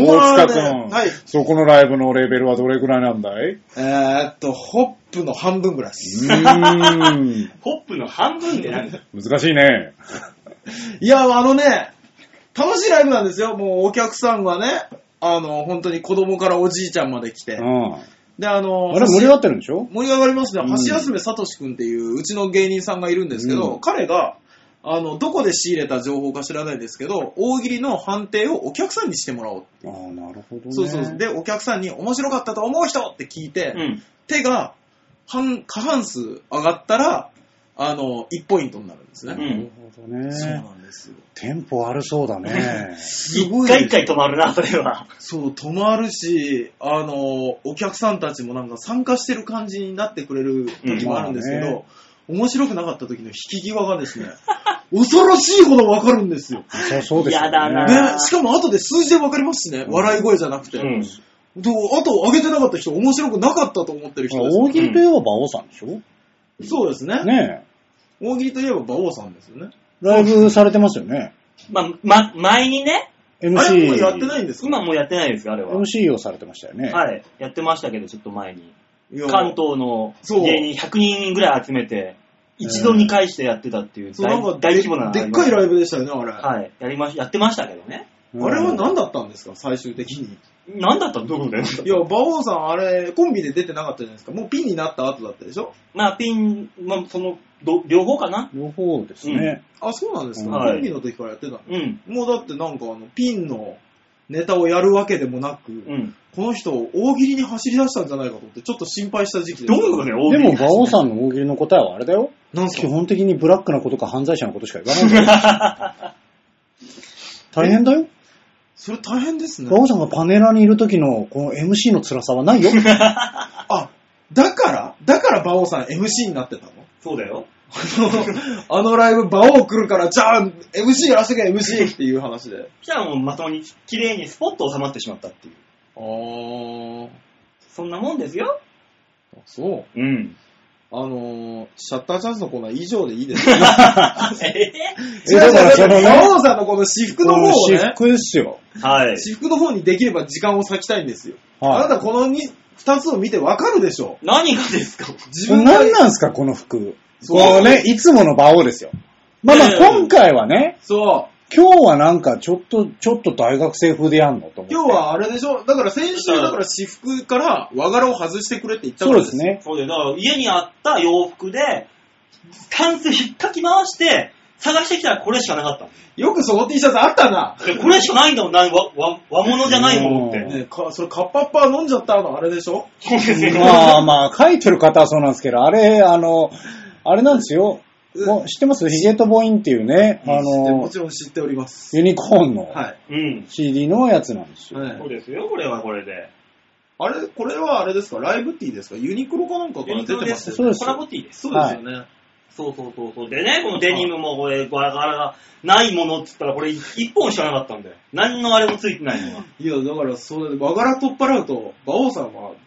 大塚くん、 はい。 そこのライブのレベルはどれくらいなんだい？ えーっと、ホップの半分ぐらいです。 うーん。 ホップの半分って何？ 難しいね。 いや、あのね、楽しいライブなんですよ。もうお客さんがね、あの、本当に子供からおじいちゃんまで来て。 うん。 で、あの、 あれ盛り上がってるんでしょ？ 盛り上がりますね。 うん、 橋休めさとしくんっていううちの芸人さんがいるんですけど、うん、彼が、あの、どこで仕入れた情報か知らないですけど、大喜利の判定をお客さんにしてもらおう。 ああ、なるほどね。 そうそう。で、お客さんに面白かったと思う人って聞いて、うん、手が半、過半数上がったら、あの、いちポイントになるんですね。 なるほどね。 そうなんですよ。 テンポ悪そうだね。 すごい。 一回一回止まるな、それは。 そう、止まるし、あの、お客さんたちもなんか参加してる感じになってくれる時もあるんですけど、うんまあね、面白くなかった時の引き際がですね、恐ろしいほどわかるんですよ。 そうそうですよ、ね。 やだな。 で、しかも後で数字でわかりますしね、笑い声じゃなくて。うん、あと、上げてなかった人、面白くなかったと思ってる人です。 大喜利といえば馬王さんでしょ、うん、 そうですね。 ねえ。 大喜利といえば馬王さんですよね。 ライブされてますよね。 ま、ま、前にね。 エムシー。あれもうやってないんですか？ 今もうやってないですよ、あれは。 エムシー をされてましたよね。 はい。やってましたけど、ちょっと前に。関東の芸人ひゃくにんぐらい集めて、一度に返してやってたっていう、大規模な。 でっかいライブでしたよね、あれ。 はい。やりまし、やってましたけどね。 あれは何だったんですか、最終的に。 何だったの？どこで？いや、馬王さん、あれ、コンビで出てなかったじゃないですか。もうピンになった後だったでしょ？ まあ、ピン、まあ、その、ど両方かな？ 両方ですね。 うん、あ、そうなんですか、 はい、 コンビの時からやってたの？ うん。 もうだってなんか、あの、ピンのネタをやるわけでもなく、うん、この人、大喜利に走り出したんじゃないかと思って、ちょっと心配した時期です。 どういうことね、大喜利。 でも、馬王さんの大喜利の答えはあれだよ。 なんすか？ 基本的にブラックなことか犯罪者のことしか言わないんだよ。大変だよ。 それ大変ですね。 馬王さんがパネラーにいる時のこの エムシー の辛さはないよ。 あ、だからだから馬王さん エムシー になってたの？ そうだよ。 あのライブ馬王来るから、じゃあ エムシー やらせてけ エムシー っていう話で。 そしたらもうまともに綺麗にスポット収まってしまったっていう。 あー。 そんなもんですよ。 あ、そう。 うん。 あのー、シャッターチャンスのコーナー以上でいいですか？ えー、だからその馬王さんのこの私服の方をね。 私服ですよ。 はい。 私服の方にできれば時間を割きたいんですよ。 はい、 あなたこのに二つを見てわかるでしょ？ 何がですか？ 自分何なんですかこの服。そうね、いつもの馬王ですよ。まあまあ、今回はね、 そう。 今日はなんかちょっと、ちょっと大学生風でやんのと思って。 今日はあれでしょ？だから先週だから私服から和柄を外してくれって言ったからです。 そうですね。 そうで、だから家にあった洋服で、タンス引っかき回して、探してきたらこれしかなかった。 よくその T シャツあったな。 これしかないんだもんな、和, 和, 和物じゃないものって。 ね、かそれカッパッパー飲んじゃったのあれでしょ？ そうですね。 まあまあ、書いてる方はそうなんですけど、あれ、あの、あれなんですよ。もう知ってます？ヒゲとボインっていうね、あの、 もちろん知っております。 ユニコーンの シーディー のやつなんですよ。 はい、そうですよ、これはこれで。 あれ、これはあれですか？ライブティーですか？ユニクロかなんかから出てますよね。 そうです。 コラボティーです。 そうですよね。はい、 そうそうそうそう。でね、このデニムもこれ、柄がないものって言ったらこれ一本しかなかったんで。何のあれもついてないのが。 いや、だから、それ、和柄取っ払うと、馬王さんは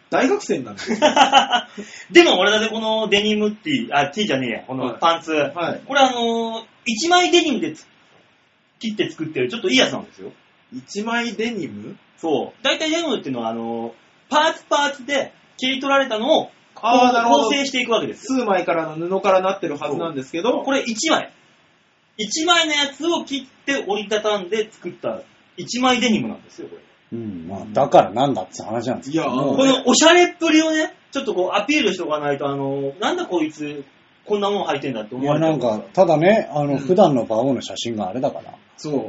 大学生になるんですよ。 でも俺だってこのデニムティー、あ、T じゃねえや、このパンツ。はいはい、これあのー、一枚デニムで切って作ってるちょっといいやつなんですよ。 一枚デニム？ そう。大体デニムっていうのはあのー、パーツパーツで切り取られたのをあなるほど構成していくわけですよ。 数枚からの布からなってるはずなんですけど、 これ一枚。一枚のやつを切って折りたたんで作った一枚デニムなんですよ、これ。 うん、まあ、だからなんだって話なんですけど。 いや、このおしゃれっぷりをね、ちょっとこうアピールしておかないと、あの、なんだこいつ、こんなもん履いてんだって思われてる。 いや、なんか、ただね、あの、うん、普段の馬王の写真があれだから。 そう。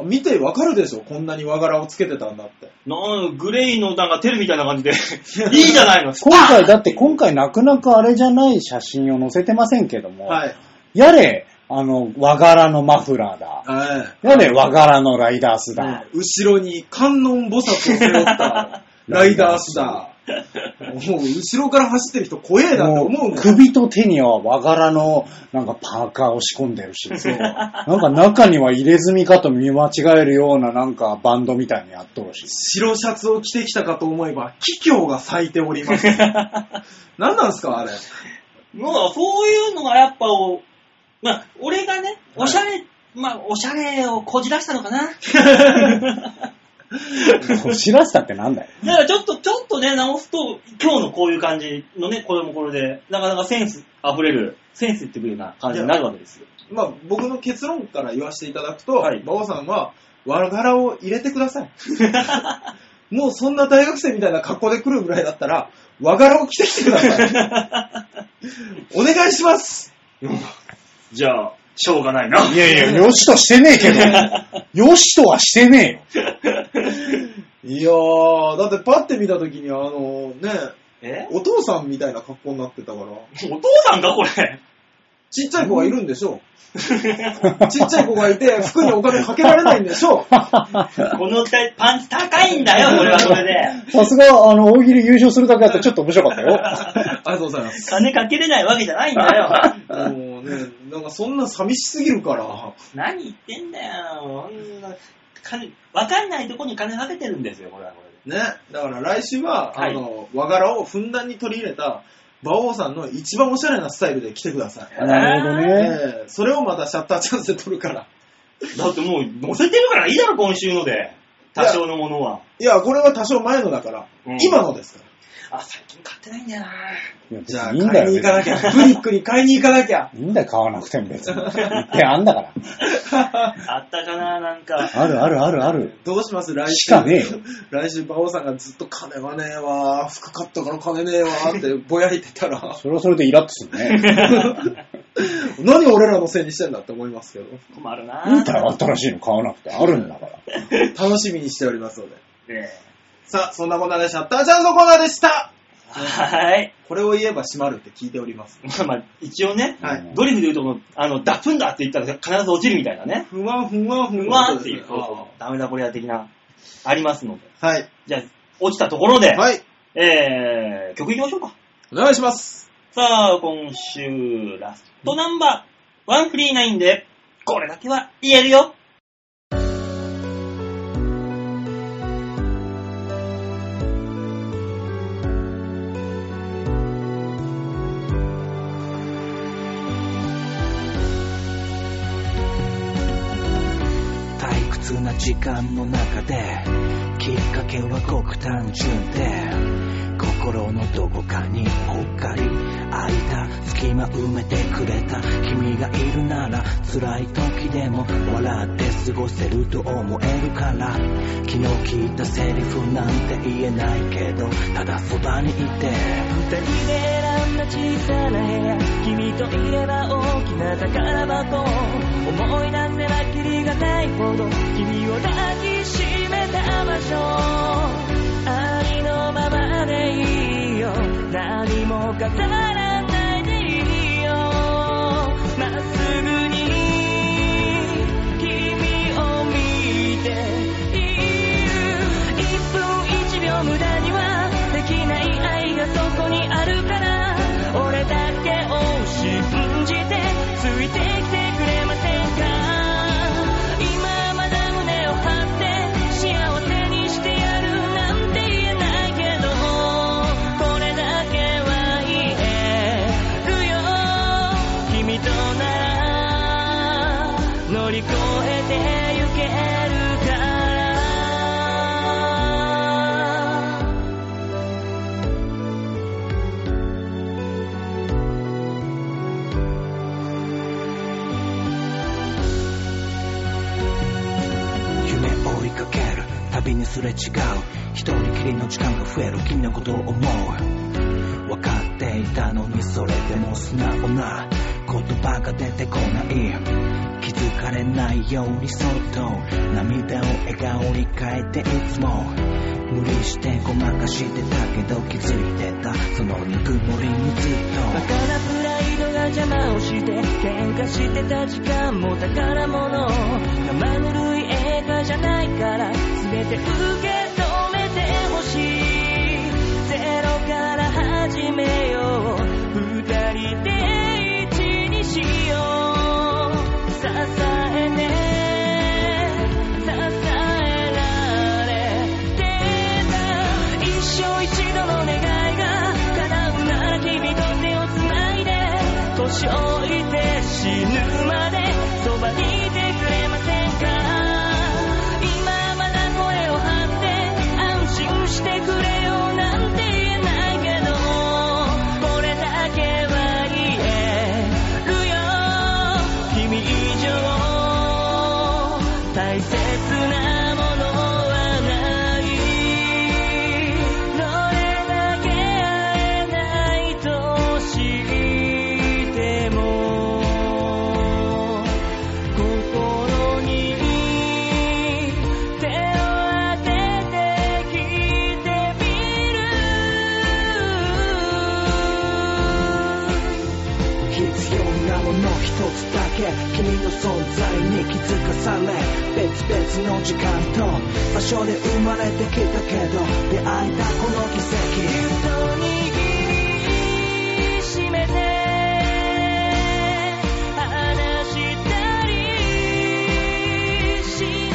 見てわかるでしょ、こんなに和柄をつけてたんだって。 なグレイのなんかテルみたいな感じで、いいじゃないの。 今回、だって今回泣く泣くあれじゃない写真を載せてませんけども、はい、やれ、あの、和柄のマフラーだ。はい、やれ、和柄のライダースだ。はい、 後ろに観音菩薩を背負ったライダースだ。もう後ろから走ってる人怖えなって思うもん。 首と手には和柄のなんかパーカーを仕込んでるし、そうなんか中には入れ墨かと見間違えるようななんかバンドみたいにやっとるし。 白シャツを着てきたかと思えば、桔梗が咲いております。何なんすかあれ。 もうそういうのがやっぱ、まあ俺がね、おしゃれ、はい、まあおしゃれをこじらしたのかな。 こじらしたってなんだよ。 だからちょっと、ちょっとね、直すと、今日のこういう感じのね、これもこれで、なかなかセンス溢れる、センスってくるような感じになるわけですよ。 まあ、僕の結論から言わせていただくと、はい、馬場さんは、和柄を入れてください。もうそんな大学生みたいな格好で来るぐらいだったら、和柄を着てきてください。お願いします。 じゃあ、しょうがないな。 いやいや、よしとしてねえけど。よしとはしてねえよ。 いやー、だってパッて見たときにあのね、えお父さんみたいな格好になってたから。お父さんかこれ。 ちっちゃい子がいるんでしょちっちゃい子がいて服にお金かけられないんでしょこのパンツ高いんだよ、これはこれで。 さすが、あの、大喜利優勝するだけだとちょっと面白かったよ。 ありがとうございます。 金かけれないわけじゃないんだよ。 もうね、なんかそんな寂しすぎるから。 何言ってんだよ。金わかんないとこに金かけてるんですよ、これはこれで。ね、だから来週は、はい、あの、和柄をふんだんに取り入れた、馬王さんの一番おしゃれなスタイルで来てください。 なるほどね、 えー。それをまたシャッターチャンスで撮るから。 だってもう載せてるからいいだろ、今週ので。多少のものは。 いや、これは多少前のだから、うん、今のですから。 あ、最近買ってないんだよな。 じゃあ、買いに行かなきゃ。ブリックに買いに行かなきゃ。 いいんだよ、買わなくても別に。いっぺんあんだから。 あったかな、なんか。 あるあるあるある。 どうします来週。 しかねえよ。 来週、馬王さんがずっと金はねえわ、服買ったから金ねえわってぼやいてたら。 それはそれでイラッとするね。 何俺らのせいにしてんだって思いますけど。 困るな。 いいから新しいの買わなくてあるんだから。 楽しみにしておりますので。えーさあ、そんなコーナーでシャッターチャンスのコーナーでした。 はい。 これを言えば閉まるって聞いております。 まあまあ、一応ね、はい、ドリフで言うとこの、あの、ダプンだって言ったら必ず落ちるみたいなね。 ふわふわふわ。 ふわっていう。そうそう。ダメだこれや的な、ありますので。 はい。 じゃあ、落ちたところで、 はい。 えー、曲いきましょうか。 お願いします。 さあ、今週、ラストナンバー、ワンフリーナインで、これだけは言えるよ。 な時間の中できっかけはごく単純で心のどこかにぽっかり空いた隙間埋めてくれた君がいるなら辛い時でも笑って過ごせると思えるから昨日聞いたセリフなんて言えないけどただそばにいて二人で選んだ小さな部屋君といれば大きな宝箱思い出せばキリがないほど君を抱きしめた場所ありのままでいいよ何も飾らないでいいよまっすぐに君を見ている一分一秒無駄にはできない愛がそこにあるから俺だけを信じてついてきてくれませんか今まだ胸を張って幸せにしてやるなんて言えないけどにすれ違う一人きりの時間が増える君のことを思う分かっていたのにそれでも素直な言葉が出てこない気づかれないようにそっと涙を笑顔に変えていつも無理してごまかしてたけど気づいてたそのぬくもりにずっとだからプライドが邪魔をして喧嘩してた時間も宝物生ぬるい映画じゃないから全て受け止めてほしいゼロから始めよう二人で一にしよう支えね支えられてた一生一度の願いが叶うなら君と手をつないで年老いて死ぬまでそばにいてくれませんか今まだ声を張って安心してくれよなんて言えないけどこれだけは言えるよ君以上大切なものはないどれだけ会えないとしても心に手を当てて聞いてみる必要なもの一つだけ君の存在に気づかされ別々の時間と場所で生まれてきたけど出会えたこの奇跡ぎゅっと握りしめて話したりし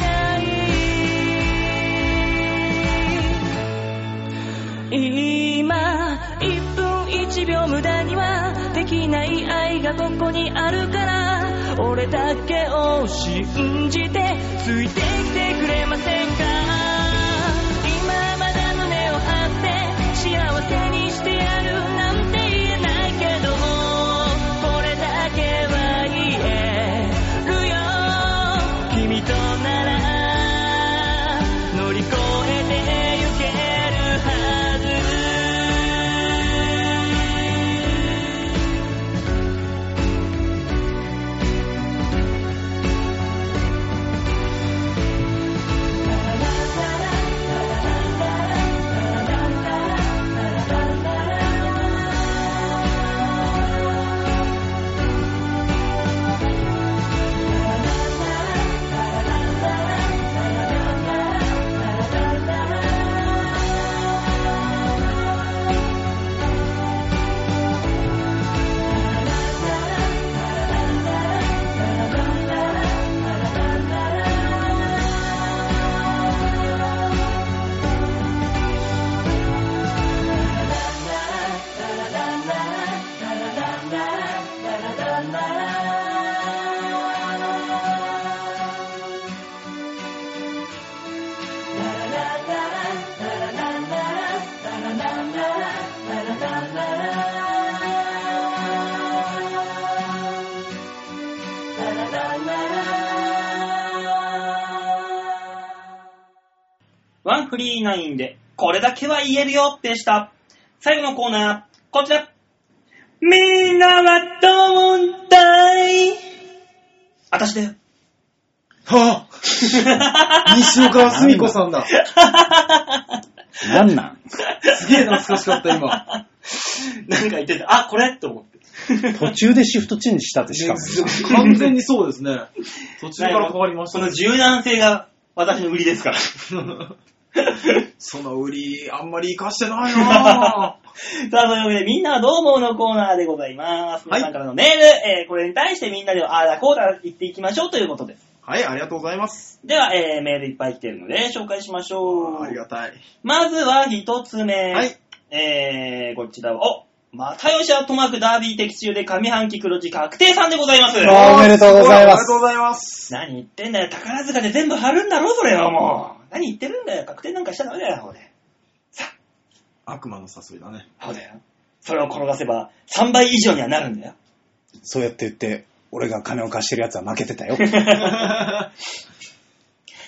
ない今一分一秒無駄にはできない愛がここにあるから俺だけを信じてついてきてくれませんか今まだ胸を張って幸せにしてやるなんて言えないけどこれだけは言えるよ君となら乗り越えてゆけるはずワンフリーナインでこれだけは言えるよでした。最後のコーナー、こちら。みんなはどうだい？あたしだよ。 はぁ、西岡澄子さんだ。 なんなんすげえ懐かしかった今。 なんか言ってた。あ、これって思って。 途中でシフトチェンジしたってしかも。 完全にそうですね。途中から変わりました、 その柔軟性が私の売りですから。 その売り、あんまり活かしてないなぁ。 さあ、というわけで、みんなはどう思うのコーナーでございます。 はい、 皆さんからのメール、えー、これに対してみんなでああだこうだ言っていきましょうということです。 はい、ありがとうございます。 では、えー、メールいっぱい来てるので、紹介しましょう。 ありがたい。 まずは一つ目。 はい。 えー、こちらは、おまたよしはとまくダービー的中で上半期黒字確定さんでございます。 おめでとうございます。 おめでとうございます。 何言ってんだよ。宝塚で全部貼るんだろ、それはもう。何言ってるんだよ。確定なんかしちゃダメだよ、ほれ。さあ。悪魔の誘いだね。 そうだよ。それを転がせばさんばい以上にはなるんだよ。 そうやって言って、俺が金を貸してるやつは負けてたよ。 さ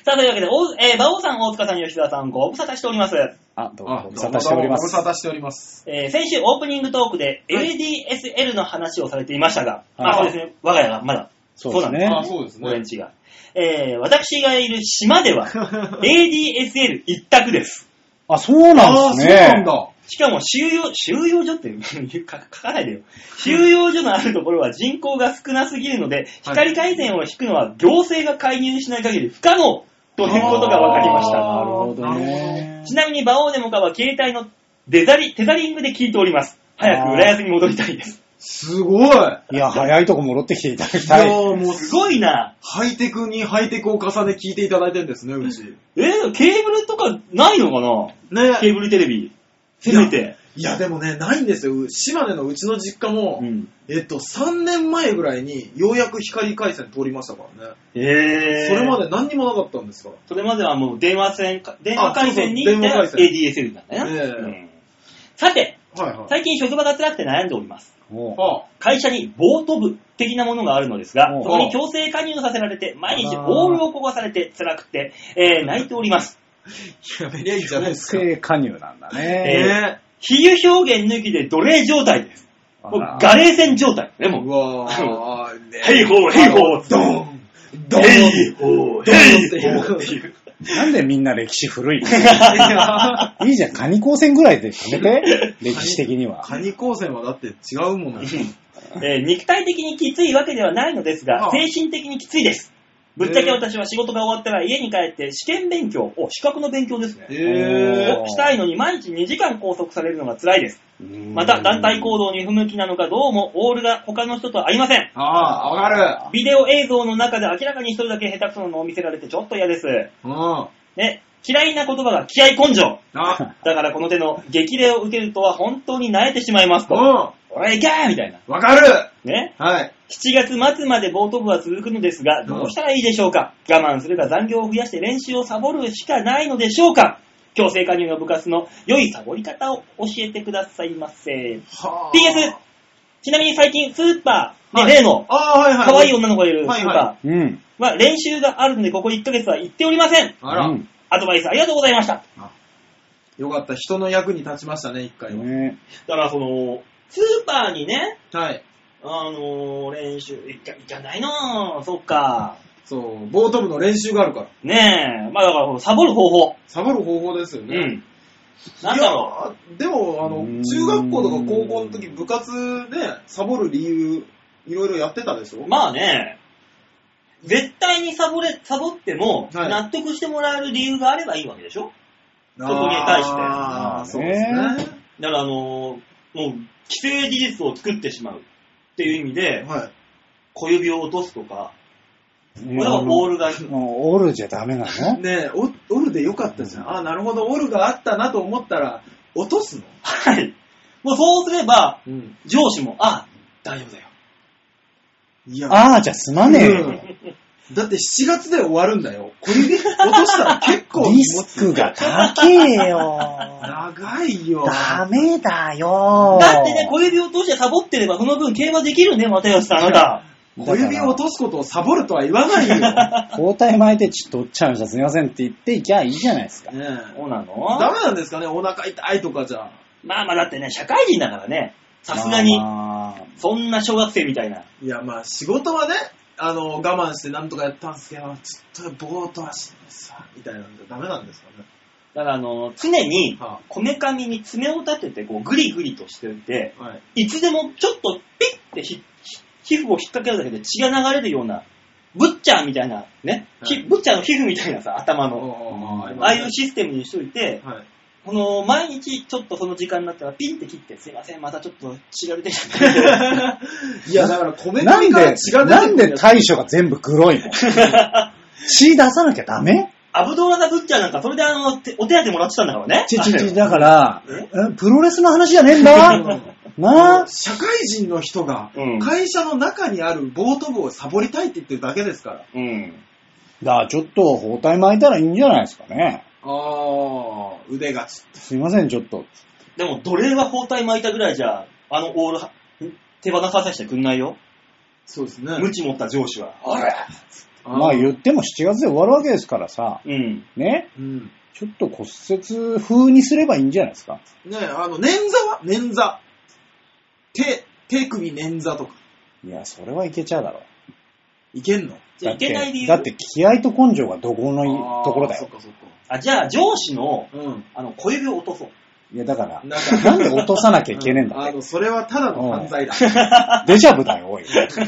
さあ、というわけで、おえー、馬王さん、大塚さん、吉田さん、ご無沙汰しております。 あ、どうも、ご無沙どうも汰しております。 ご無沙汰しております。 えー、先週オープニングトークで エーディーエスエル の話をされていましたが、 はいまあそうですね、我が家がまだ、 そうですね。 あ、そうですね。 俺んちが。えー、私がいる島では エーディーエスエル 一択です。 あ、そうなんですね。 あ、そうなんだ。 しかも収容、収容所って書かないでよ。収容所のあるところは人口が少なすぎるので、光回線を引くのは行政が介入しない限り不可能ということが分かりました。 なるほどね。 ちなみに馬王デモカは携帯のデザリテザリングで聞いております。早く浦安に戻りたいです。 すごい。 いや、早いとこ戻ってきていただきいたい。 やーもうすごいな。 ハイテクにハイテクを重ね聞いていただいてるんですね、うち。 えー、ケーブルとかないのかな、 ねケーブルテレビ。せめて。 いや、でもね、ないんですよ。島根のうちの実家も、 うん、 えっと、さんねんまえぐらいにようやく光回線通りましたからね。 えー。 それまで何にもなかったんですから。 それまではもう電話線、電話回線に行って エーあそうそうディーエスエル なんだよな、 えーうん。さて、 はいはい。 最近職場が辛くて悩んでおります。 おうは会社にボート部的なものがあるのですがお、 そこに強制加入させられて、毎日オールをこがされて辛くて、えー、泣いております。 あ、やめりゃいいじゃないですか。 強制加入なんだね。 ね比喩表現抜きで奴隷状態です。 あもうガレー船状態。でもうわー、ねヘイホー、ヘイホー、 ドーンドーンヘイホー、 ドーンヘイホーっていう。 なんでみんな歴史古いのいいじゃん、カニ光線ぐらいで止めて、歴史的には。 カニ光線はだって違うもの。 えー肉体的にきついわけではないのですが、 ああ精神的にきついです。ぶっちゃけ私は仕事が終わったら家に帰って試験勉強、お、資格の勉強ですね。 えをしたいのに毎日にじかん拘束されるのが辛いです。また団体行動に不向きなのかどうもオールが他の人と合いません。 ああ、わかる。 ビデオ映像の中で明らかに一人だけ下手くそなのを見せられてちょっと嫌です。 うん。 ね、嫌いな言葉が気合根性。 あ、 だからこの手の激励を受けるとは本当に萎えてしまいますと。 うん。 おらいけーみたいな。 わかる。 ね。 はい。 しちがつ末までボート部は続くのですが、どうしたらいいでしょうか。我慢するか残業を増やして練習をサボるしかないのでしょうか。強制加入の部活の良いサボり方を教えてくださいませ。 はあピーエス ちなみに最近スーパーではい例のああ、はいはい。 可愛い女の子がいるスーはいはパうん。 ーは練習があるのでここいっかげつは行っておりません。 あら、 うんアドバイスありがとうございました。 よかった。人の役に立ちましたね、一回は。 ねだからその、スーパーにね、 はい。 あのー、練習行か行かないのそっか。 そう、ボート部の練習があるから。 ねえ。まあだからこのサボる方法。 サボる方法ですよね。 うん。なんだろう。 いや、でも、あの、 うーん中学校とか高校の時、部活でサボる理由、いろいろやってたでしょ。 まあね、絶対にサボれ、サボっても、 はい納得してもらえる理由があればいいわけでしょ。 あーそこに対してああ、そうですね。 だからあのー、もう、既成事実を作ってしまうっていう意味で、 はい。 小指を落とすとか、こうんれはボールが、 もうオールじゃダメなのねえ、おオルでよかったじゃん。ああ、なるほど、オルがあったなと思ったら、落とすの。 はい。もうそうすれば、 うん。 上司も、あ、大丈夫だよ。 いや、 ああ、じゃあすまねえよ。 うんだってしちがつで終わるんだよ。小指落としたら結構リスクが高えよ。 長いよ。 ダメだよ。 だってね、小指を落としてサボってれば、その分競馬できるね、又吉さん、あなた。 小指を落とすことをサボるとは言わないよ。ね包帯巻いてちょっと折っちゃいました、すみませんって言っていきゃいいじゃないですか。 えそうなダのメなんですかね、お腹痛いとかじゃ。 まあまあだってね、社会人だからね、さすがに、 まあそんな小学生みたいな。 いや、まあ仕事はね、あの、我慢してなんとかやったんですけど、ちょっとぼーっとはしないさ、みたいなんでダメなんですかね。 だからあの、常には、 こめかみに爪を立てて、こう、グリグリとしておいて、 はい。 いつでもちょっとピッてひひ皮膚を引っ掛けるだけで血が流れるような、ブッチャーみたいな、ね、 はいひブッチャーの皮膚みたいなさ、頭の、 おーああいうシステムにしといて、 はい。 この、毎日ちょっとその時間になったらピンって切って、すいません、またちょっと血が出てきたんで。 いや、だから、米なんでから血が、出てなんで対処が全部黒いの血出さなきゃダメアブドーラナブッチャーなんかそれであの、てお手当もらってたんだからね。 ちちち、だから、 ええプロレスの話じゃねえんだなあ社会人の人がうん会社の中にあるボート部をサボりたいって言ってるだけですから。 うん。 だからちょっと包帯巻いたらいいんじゃないですかね。 ああ、腕がつって。 すいません、ちょっと。 でも、奴隷は包帯巻いたぐらいじゃ、あのオールは、手放させてくんないよ。 そうですね。 無知持った上司は。あれまあ言ってもしちがつで終わるわけですからさ、 うん。 ね、 うん。 ちょっと骨折風にすればいいんじゃないですか。 ねあの、捻挫は捻挫。手、手首捻挫とか。 いや、それはいけちゃうだろ。 いけんの？ じゃあいけない理由だって気合と根性がどこのところだよ。 そっかそっか。 あ、じゃあ上司の、 うん。 あの、小指を落とそう。 いや、だから、 なんかなんで落とさなきゃいけねえんだって。 あの、それはただの犯罪だ。 デジャブだよ、おい。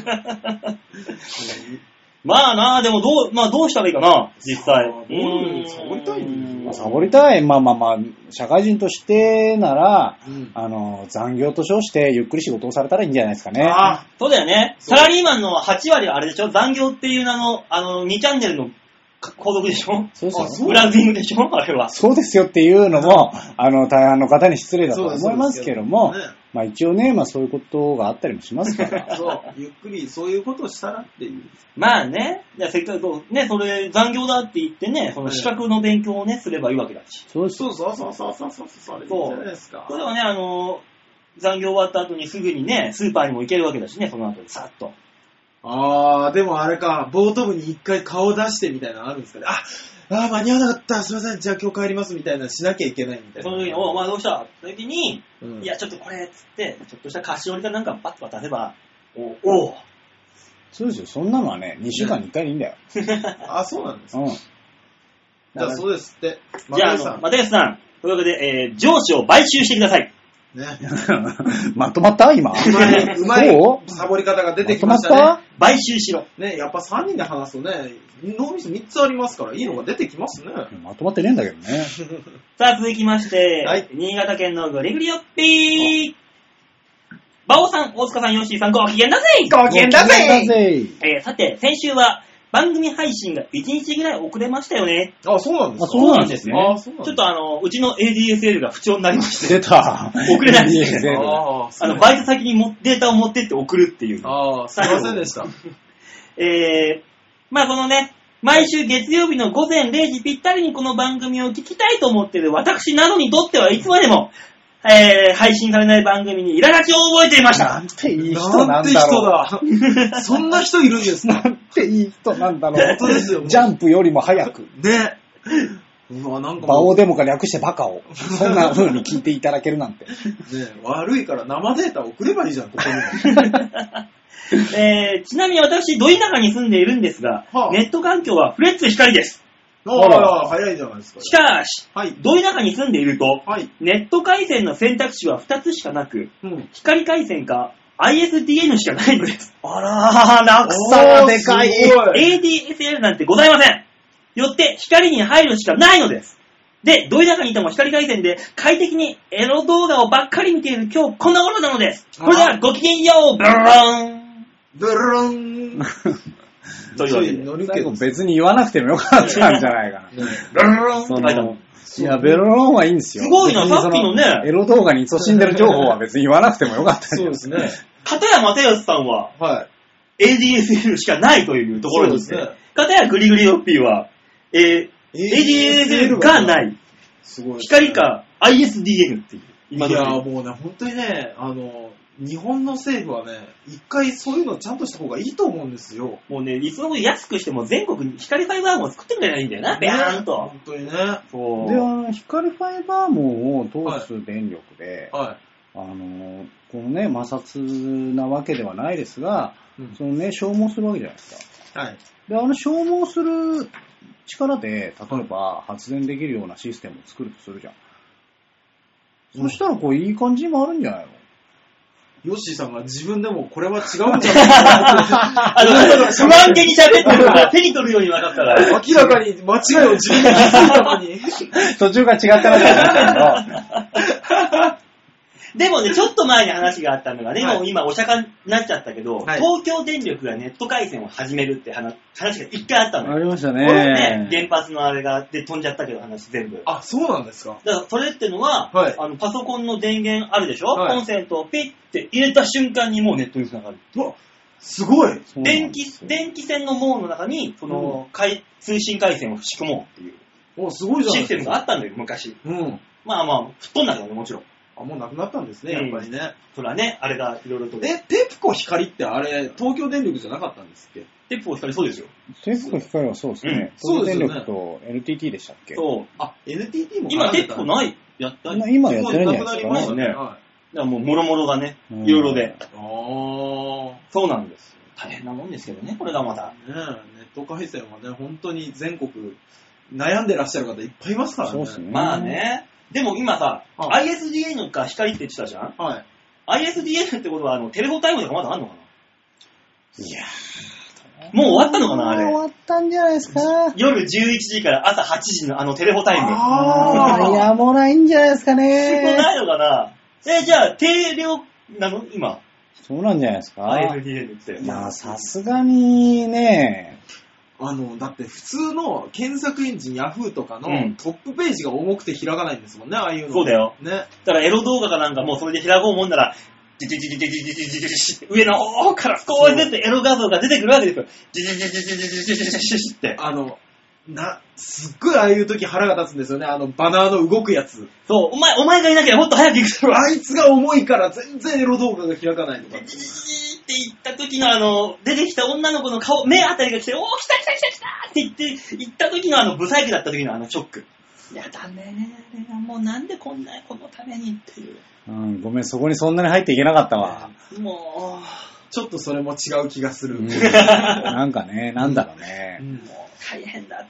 まあなあ、でもどう、まあどうしたらいいかな、実際。 うーんサボりたいんまあサボりたい。まあまあまあ、社会人としてなら、 うんあの、残業と称してゆっくり仕事をされたらいいんじゃないですかね。 あそうだよね。 そうサラリーマンのはち割はあれでしょ、残業っていう名の、あの、にチャンネルの購読でしょ、 そうですよあそうブラウジングでしょあれは。 そうですよっていうのも、あの、大半の方に失礼だとそうです思いますけども、 そうですけどねまあ一応ね、まあそういうことがあったりもしますかあ。 ら。 そう。ゆっくりそういうことをしたらっていう。 まあね、いやせっかくね、それ残業だって言ってね、その資格の勉強をね、すればいいわけだし。 そうですそうそうそうそうそうそうそう。いいじゃないですか。 それはね、あの、残業終わった後にすぐにね、スーパーにも行けるわけだしね、その後でさっと。 あー、でもあれか、ボート部に一回顔出してみたいなのあるんですかね。あ、あー間に合わなかった、すいません、じゃあ今日帰りますみたいなしなきゃいけないみたいな。 その時に、おお前どうしたって時に、 うんいや、ちょっとこれ、つって、ちょっとした菓子折りかなんかパッと渡せば、おおそうですよ。そんなのはね、にしゅうかんにいっかいでいいんだよ。 あ、そうなんですか。 うん。 じゃあそうですって。 じゃあ、あの、又吉さん、というわけで、えー、上司を買収してください。 ね。 まとまった今。 うまい、うまいそうサボり方が出てきまとまっましたね。 買収しろ。 ね、やっぱさんにんで話すとね、脳みそみっつありますから、いいのが出てきますね。 たまとまってねえんだけどね。 さあ、続きまして、 はい新潟県のぐりぐりよっぴー。バオさん、大塚さん、ヨッシーさん、ご機嫌だぜご機嫌だぜご機嫌だぜえー、さて、先週は番組配信がいちにちぐらい遅れましたよね。 あ、そうなんですか。 あそうなんですねあ、そうなんですちょっとあの、うちの エーディーエスエル が不調になりまして、 出た。 遅れないですねいいねあーあの、バイト先にもデータを持ってって送るっていう。 あー、すいませんでした。 えー、まあこのね、毎週月曜日の午前れいじぴったりにこの番組を聞きたいと思っている私などにとってはいつまでも、えー、配信されない番組に苛立ちを覚えていました。 なんていい人なてなんんだろう。 人だ。そんな人いるんですか。 なんていい人なんだろう。 本当ですよジャンプよりも早く。 ね。うわ、なんかバもうオデモか略してバカを。そんな風に聞いていただけるなんて。 ね、悪いから生データ送ればいいじゃん、ここにも。 えー、ちなみに私、ど田舎に住んでいるんですが、 はあネット環境はフレッツ光です。 ああ、早いじゃないですか。 しかし、 はい。 ど田舎に住んでいると、 はい。 ネット回線の選択肢はふたつしかなく、 うん。 光回線か アイエスディーエヌ しかないのです。 あらー、落差がでかい。 おーすごいエーディーエスエル なんてございません。よって光に入るしかないのです。で、ど田舎にいても光回線で快適にエロ動画をばっかり見ている今日こんな頃なのです。これではごきげんよう、ブルルンブルルン。 というわけで。 乗るけど最後。別に言わなくてもよかったんじゃないかな。 ねブルルンってそ書いてあるの。いや、ベロロンはいいんですよ。 すごいな別にそさっきのねエロ動画に勤しんでる情報は別に言わなくてもよかったんじゃそないうですね。 片や又吉さんははい。 エーディーエスエル しかないというところにいて、 そうですね片やグリグリヨッピーは、えー、エーディーエスエル がない。 すごい。 光。か アイエスディーエヌ っていう。今いやのーもうね、本当にね、あの、日本の政府はね、一回そういうのちゃんとした方がいいと思うんですよ。 もうね、いつの間に安くしても全国に光ファイバーも作ってくれないいんだよな、ベアーンと。 本当にね。 そう。 で、あの、光ファイバー網を通す電力で、 はあの、このね、摩擦なわけではないですが、 うんそのね、消耗するわけじゃないですか。 い。はい。 で、あの消耗する力で、例えば発電できるようなシステムを作るとするじゃん。そしたら、こう、いい感じに回るんじゃないの？ ヨッシーさんが自分でもこれは違うんじゃないかあの、不安げに喋ってるのが手に取るように分かったから。 明らかに間違いを自分で気づいたのに。 途中が違ったなと思ったけでもね、ちょっと前に話があったのがね、 はいもう今お釈迦になっちゃったけど、 はい東京電力がネット回線を始めるって話話が一回あったのど。あよ。 りましたこれねね。、 原発のあれがで飛んじゃったけど話全部。 あ、そうなんですか。 だからそれってのは、 はいあのパソコンの電源あるでしょ、 はいコンセントをピッて入れた瞬間にもうネットに繋がる。 うわ、すごい。 そうなん電気ですよ電気線の網の中にその、回通信回線を仕組もうっていうお、すごいじゃないシステムですか。 があったんだよ、昔。 うん。 まあまあ、吹っ飛んだけどね、もちろん。 あ、もうなくなったんですね、やっぱりね。 それはね、あれがいろいろと。 え、ペプコ光ってあれ、東京電力じゃなかったんですっけ？ テップを光そうですよ。 テップ光はそうですね。東電力と エヌティーティー でしたっけ？ そう。 あ、エヌティーティー も今テップない。やった今やってないんじゃないですかね。 ね。だからもう、もろもろがね、いろいろで。 ああ。 そうなんです。大変なもんですけどね、これがまた。 ねえ、ネット回線はね、本当に全国悩んでらっしゃる方いっぱいいますからね。 そうですね。 まあね。でも今さ、はい、アイエスディーエヌ か光って言ってたじゃん？はい。アイエスディーエヌ ってことは、あの、テレフォタイムとかまだあんのかな？いやー。もう終わったのかなあれ。 終わったんじゃないですか。 夜じゅういちじから朝はちじのあのテレフォタイム。 ああ。いや、もうないんじゃないですかね。 もうないのかな？え、じゃあ、定量なの今。 そうなんじゃないですか。 アイエスディーエヌ って。 まあ、さすがにね。 あの、だって普通の検索エンジン、ヤフーとかのトップページが重くて開かないんですもんね、ああいうの。 そうだよ。 ね。 だからエロ動画かなんかもうそれで開こうもんなら、ジジジジジジジジジジ上の方から少しずつエロ画像が出てくるわけですよ。ジジジジジジジジジジって。 あの、な、すっごいああいう時腹が立つんですよね、あのバナーの動くやつ。 そう、お前、お前がいなきゃもっと早く行くだろ。 あいつが重いから全然エロ動画が開かないとか。 ジジジって言った時のあの、出てきた女の子の顔、目あたりが来て、おー、来た来た来た来たって言って、言った時のあの、ブサイクだった時のあのショック。やだねー、あれがもうなんでこんな、このためにっていう。 うん、ごめん、そこにそんなに入っていけなかったわ。 もう、 ちょっとそれも違う気がする。 うん、なんかね、なんだろうね。 うん、もう大変だった。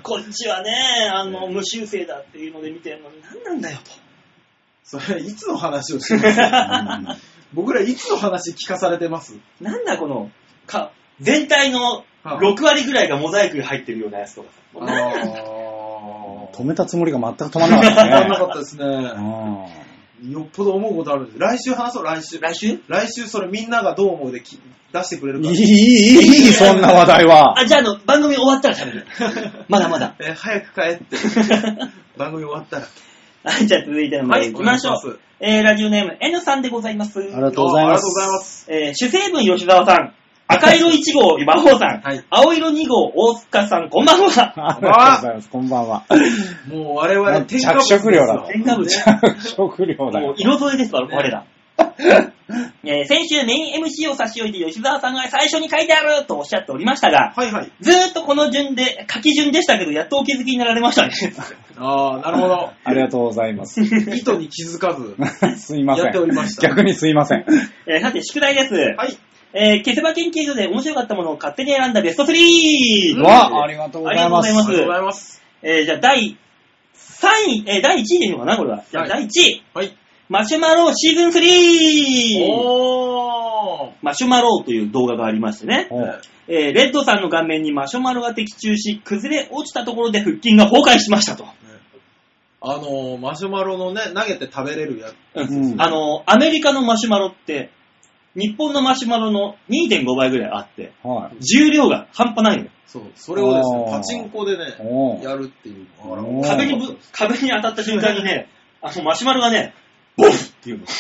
こっちはね、あの、無修正だっていうので見てるのに何なんだよと。 それいつの話をしてますか、うん、僕らいつの話聞かされてます？ なんだこの、か、全体のろくわりぐらいがモザイクに入ってるようなやつとかさ。あ止めたつもりが全く止まんなかったね。 止まんなかったですね。よっぽど思うことあるんです。来週話そう、来週。 来週来週それみんながどう思うでき出してくれるから。 いい、いい、いい、そんな話題は。 あ、じゃあ、あの、番組終わったら喋る。まだまだ。 え、早く帰って。番組終わったら。 はい、じゃあ続いてのメール行きましょう。はい、えー、ラジオネーム N さんでございます。ありがとうございます。 ありがとうございます。 えー、主成分吉沢さん。赤色いち号、馬王さん。はい。青色に号、大塚さん、こんばんは。 ありがとうございます。こんばんは。 もう我々、 着色料だ。 添加物。 着色料だ。 もう色添えですわ、我ら。えー、先週メイン エムシー を差し置いて吉沢さんが最初に書いてあるとおっしゃっておりましたが、はいはい。ずーっとこの順で、書き順でしたけど、やっとお気づきになられましたね。 ああ、なるほど。 ありがとうございます。 意図に気づかず、 すいません。 やっておりました。 逆にすいません。 えー、さて、宿題です。 はい。 えー、消せば研究所で面白かったものを勝手に選んだベストスリー。 わ、ありがとうございます。 ありがとうございます。 えー、じゃあ、だいさんい、えー、だいいちいでいいのかなこれは。じゃあ、だいいちい。 はい。 マシュマロシーズンスリー。 おー。 マシュマロという動画がありましてね。えー、レッドさんの顔面にマシュマロが的中し、崩れ落ちたところで腹筋が崩壊しましたと。 あのー、マシュマロのね、投げて食べれるやつ。 うん。あのー、アメリカのマシュマロって、日本のマシュマロの にてんご 倍ぐらいあって、はい、重量が半端ないのよ。 そう、それをですね、パチンコでね、やるっていう。 壁にぶ、壁に当たった瞬間にね、あのマシュマロがね、ボフっていうの。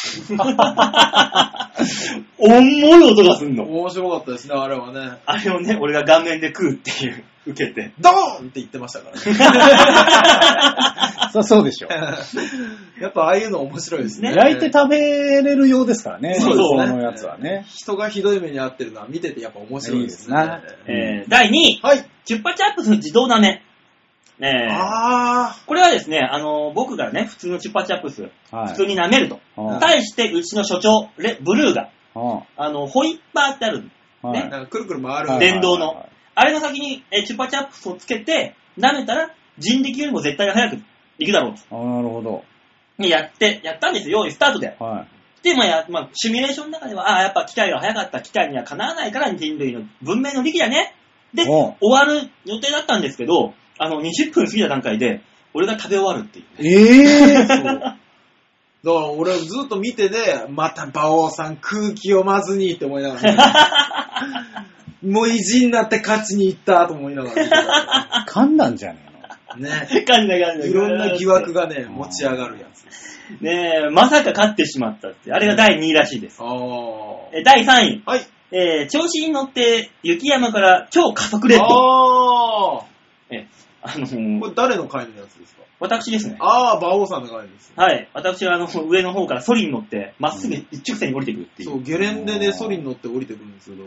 重い音がすんの。 面白かったですね、あれはね。 あれをね、俺が顔面で食うっていう、受けて。 ドーンって言ってましたからね。そう、そうでしょ。 やっぱああいうの面白いですね。 焼いて食べれるようですからね。そうそう。このやつはね。 人がひどい目に遭ってるのは見ててやっぱ面白いですね。いいですね。えー、だいにい。はい。チュッパチャップスの自動舐め。ねえ。あー。これはですね、あの、僕がね、普通のチュッパチャップス、はい、普通に舐めると。対して、うちの所長、レブルーが、あの、ホイッパーってある。 はい、ね。なんかくるくる回る。 電動の。はいはいはい、あれの先にえチュッパチャップスをつけて、舐めたら、人力よりも絶対早くいくだろうと。 あー、なるほど。 やって、やったんですよ、スタートで。はい。で、まあ、や、まあ、シミュレーションの中では、ああ、やっぱ機械が早かった、機械にはかなわないから人類の文明の利器だね。で、終わる予定だったんですけど、あの、にじゅっぷん過ぎた段階で、俺が食べ終わるっていう、 ね。えぇ、ー、そう。だから俺ずっと見てで、また馬王さん空気読まずにって思いながら、ね、もう意地になって勝ちに行ったと思いながら。 噛んだんじゃねえの。ね。 噛んだ噛んだ。 いろんな疑惑がね、持ち上がるやつ。 ねえ、まさか勝ってしまったって。あれがだいにいらしいです。あー。だいさんい。はい。えー、調子に乗って雪山から超加速レッド。あー。え、あのー、 これ誰の回のやつですか？ 私ですね。 ああ、馬王さんの回です、ね。 はい。私はあの、上の方からソリに乗って、まっすぐ一直線に降りてくるっていう。 そう、ゲレンデでソリに乗って降りてくるんですけど。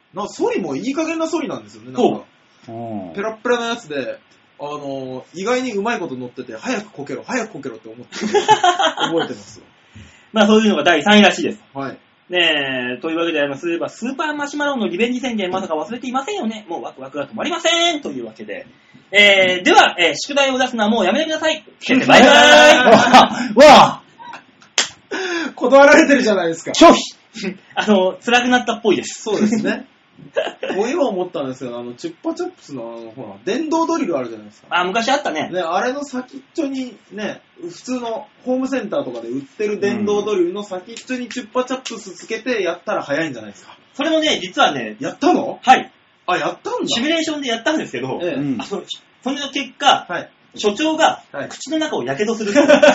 なんかソリもいい加減なソリなんですよね。なんかペラッペラなやつで、あのー、意外にうまいこと乗ってて、早くこけろ、早くこけろって思って覚えてますよ。 まあそういうのがだいさんいらしいです。 はい。 ねえ、というわけであります。スーパーマシュマロのリベンジ宣言まさか忘れていませんよね。もうワクワクが止まりませんというわけで。えー、では、えー、宿題を出すのはもうやめてください。バイバーイわぁ断られてるじゃないですか。 拒否あの、辛くなったっぽいです。 そうですね。もう今思ったんですけど、あの、チュッパチャップスのあの、ほら、電動ドリルあるじゃないですか。 あ、昔あったね。 ね、あれの先っちょにね、普通のホームセンターとかで売ってる電動ドリルの先っちょにチュッパチャップスつけてやったら早いんじゃないですか。 それもね、実はね、 やったの？ はい。 あ、やったんだ。 シミュレーションでやったんですけど、 ええ、 あの、それの結果、 はい、 所長が口の中をやけどする。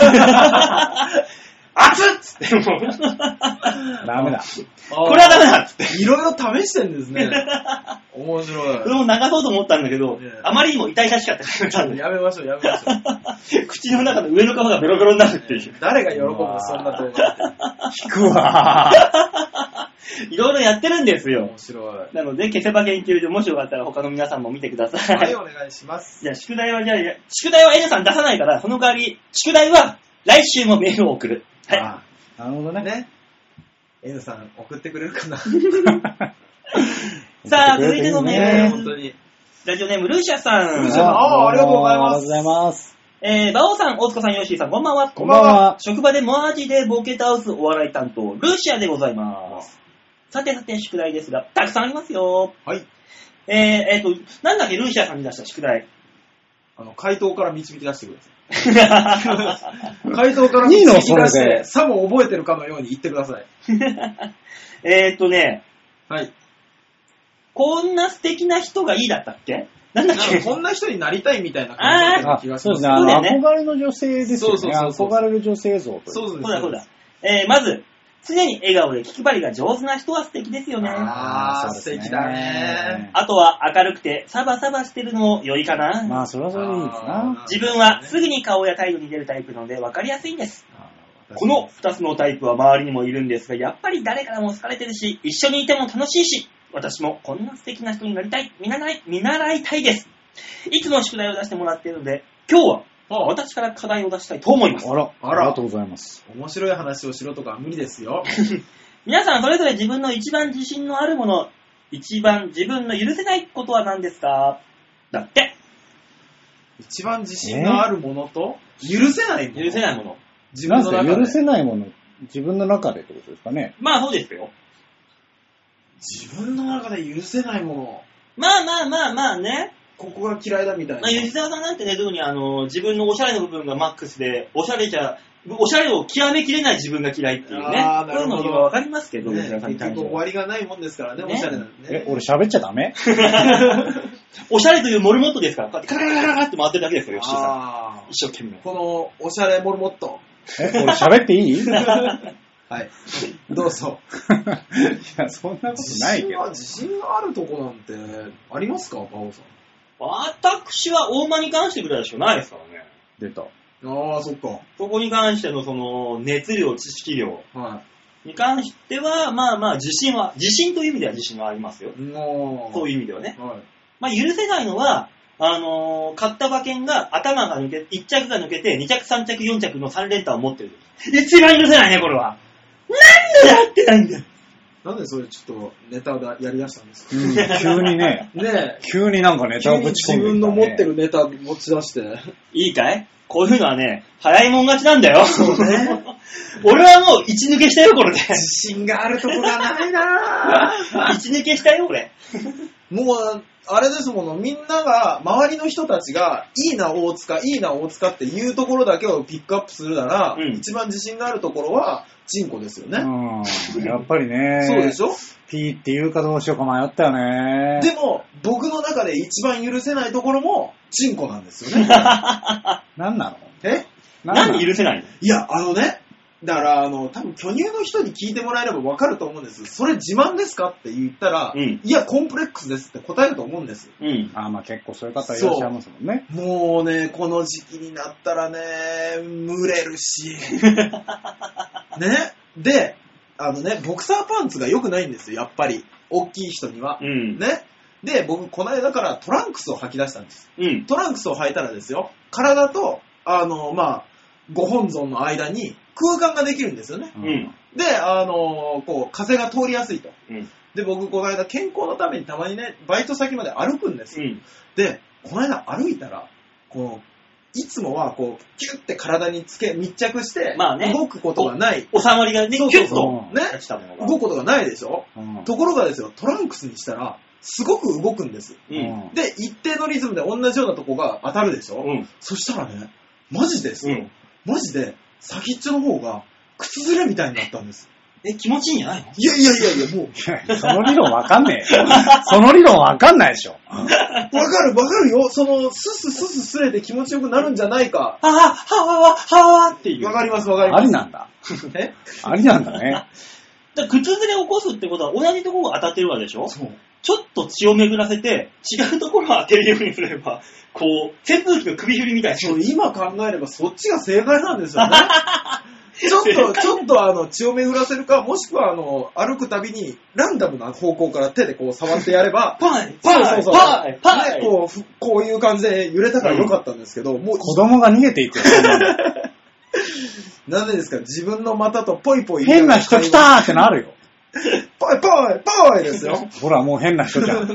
熱っつってもう。 ダメだ。 これはダメだっつって。 いろいろ試してんですね。面白い。 それも流そうと思ったんだけど、ね、あまりにも痛々しかったから。 やめましょう、やめましょう。 口の中の上の皮がベロベロになるっていう。 誰が喜ぶのそんな動画って。 引くわいろいろやってるんですよ。 面白い。 なので、消せば研究所、もしよかったら他の皆さんも見てください。 はい、お願いします。 じゃあ、宿題はじゃあ、宿題は N さん出さないから、その代わり、宿題は来週もメールを送る。はい。 ああ、なるほどね。 ね。N さん送ってくれるかな。 さあ、続いてのメール。 本当に。 ラジオネーム、ルーシャさん。 ルーシャさん、ああ、ありがとうございます。 ありがとうございます。 えー、バオさん、大塚さん、ヨッシーさん、こんばんは。 こんばんは。 職場でマジでボケ倒すお笑い担当、ルーシアでございます。さてさて、宿題ですが、たくさんありますよ。 はい。 えー、えーと、なんだっけ、ルーシアさんに出した宿題。 あの、回答から導き出してください。回答から導き出して、さも覚えてるかのように言ってください。 えーっとね、 はい。 こんな素敵な人がいいだったっけ？なんだっけ？ こんな人になりたいみたいな感じだった気がします。 そうですね。あの、憧れの女性ですよね。 そうそうそうそう。 憧れる女性像という。 そうそうだそうだ。えー、まず、常に笑顔で気配りが上手な人は素敵ですよね。 あー、素敵だね。 あとは明るくてサバサバしてるのも良いかな。 まあ、それはそれでいいですな。 自分はすぐに顔や態度に出るタイプなので分かりやすいんです。この二つのタイプは周りにもいるんですが、やっぱり誰からも好かれてるし、一緒にいても楽しいし、私もこんな素敵な人になりたい、見習い、見習いたいです。いつも宿題を出してもらっているので、今日は私から課題を出したいと思います。 あら、ありがとうございます。 面白い話をしろとか無理ですよ。 皆さんそれぞれ自分の一番自信のあるもの、一番自分の許せないことは何ですか？だって。 一番自信があるものと、許せないもの。 許せないもの。 自分の中で。許せないもの、自分の中でってことですかね。 まあそうですよ。 自分の中で許せないもの。 まあまあまあまあね。 ここが嫌いだみたいな。 まあ、吉沢さんなんてね、特にあの、自分のおしゃれの部分がマックスで、おしゃれじゃ、おしゃれを極めきれない自分が嫌いっていうね。あそういうのはわかりますけど、 ね、結局終わりがないもんですからね、ねおしゃれなんでね。 え、俺喋っちゃダメおしゃれというモルモットですから、こうやってカラカラカラって回ってるだけですよ、吉沢さん。一生懸命。 このおしゃれモルモット。 え、俺喋っていいはい。どうぞ。 いや、そんなことないけど。 自信があるとこなんてありますか、バオさん。 私は大間に関してぐらいしかないですからね。 出た。 ああ、そっか。 そこに関してのその熱量、知識量に関しては、まあまあ自信は、自信という意味では自信がありますよ。 おそういう意味ではね。 はい、 まあ許せないのは、あのー、買った馬券が頭が抜け、いっ着が抜けて、に着、さん着、よん着のさん連単を持ってる。一番許せないね、これは。なんでやってないんだよ。 なんでそれちょっとネタをやりだしたんですか、 うん、急にね。 ね急になんかネタをぶち込んで、ね、 自分の持ってるネタ持ち出して。 いいかい？こういうのはね、早いもん勝ちなんだよ。そうね。俺はもう一抜けしたよ、これで。 自信があるとこがないなぁ。 一抜けしたよ、俺。 もう、あれですもの、みんなが、周りの人たちが、いいな大塚、いいな大塚っていうところだけをピックアップするなら、うん、一番自信があるところは、チンコですよね。 うん。やっぱりね。 そうでしょ？ ピーって言うかどうしようか迷ったよね。 でも、僕の中で一番許せないところも、チンコなんですよね。 何なの？ え？ 何許せないの？ いや、あのね、だから、あの、多分巨乳の人に聞いてもらえれば分かると思うんです。それ自慢ですかって言ったら、うん、いや、コンプレックスですって答えると思うんです。 うん。 あ、まあ結構そういう方いらっしゃいますもんね。 もうね、この時期になったらね、蒸れるし。ね。で、 あのね、ボクサーパンツが良くないんですよ、やっぱり。大きい人には。 うん。 ね。で、僕、この間からトランクスを履き出したんです。 うん。 トランクスを履いたらですよ、体と、あの、まあ、ご本尊の間に空間ができるんですよね。 うん。 で、あの、こう、風が通りやすいと。 うん。 で、僕、この間、健康のためにたまにね、バイト先まで歩くんですよ。 うん。 で、この間歩いたら、こう、いつもは、こう、キュッて体につけ、密着して、 まあね、 動くことがない。 収まりがね、 そうキュッそうそと、 ね、動くことがないでしょ、うん、ところがですよ、トランクスにしたら、すごく動くんです。 うん、 で、一定のリズムで同じようなとこが当たるでしょ、うん、そしたらね、マジですよ。うん、マジで、先っちょの方が、靴ずれみたいになったんです。 え、気持ちいいんじゃないの？ いやいやいやいや、もう。 その理論わかんねえよ。その理論わかんないでしょ。 わかるわかるよ。その、スススススレで気持ちよくなるんじゃないか。 はぁ、はぁ、はぁ、はぁっていう。 わかりますわかります。 ありなんだ。 えありなんだね。 だ靴ずれを起こすってことは同じところが当たってるわけでしょ？そう。ちょっと血を巡らせて、違うところを当てるようにすれば、こう、扇風機の首振りみたいな。 そう、今考えればそっちが正解なんですよね。ちょっと、ちょっとあの、血を巡らせるか、もしくはあの、歩くたびに、ランダムな方向から手でこう触ってやれば、 パイパイそうそうパイパイね、こう、こういう感じで揺れたからよかったんですけど、うん、もう。 子供が逃げていくよ、そんなの。 なんでですか、自分の股とポイポイ。 変な人来たーってなるよ。 ポイポイポイですよ。 ほら、もう変な人じゃん。 いや、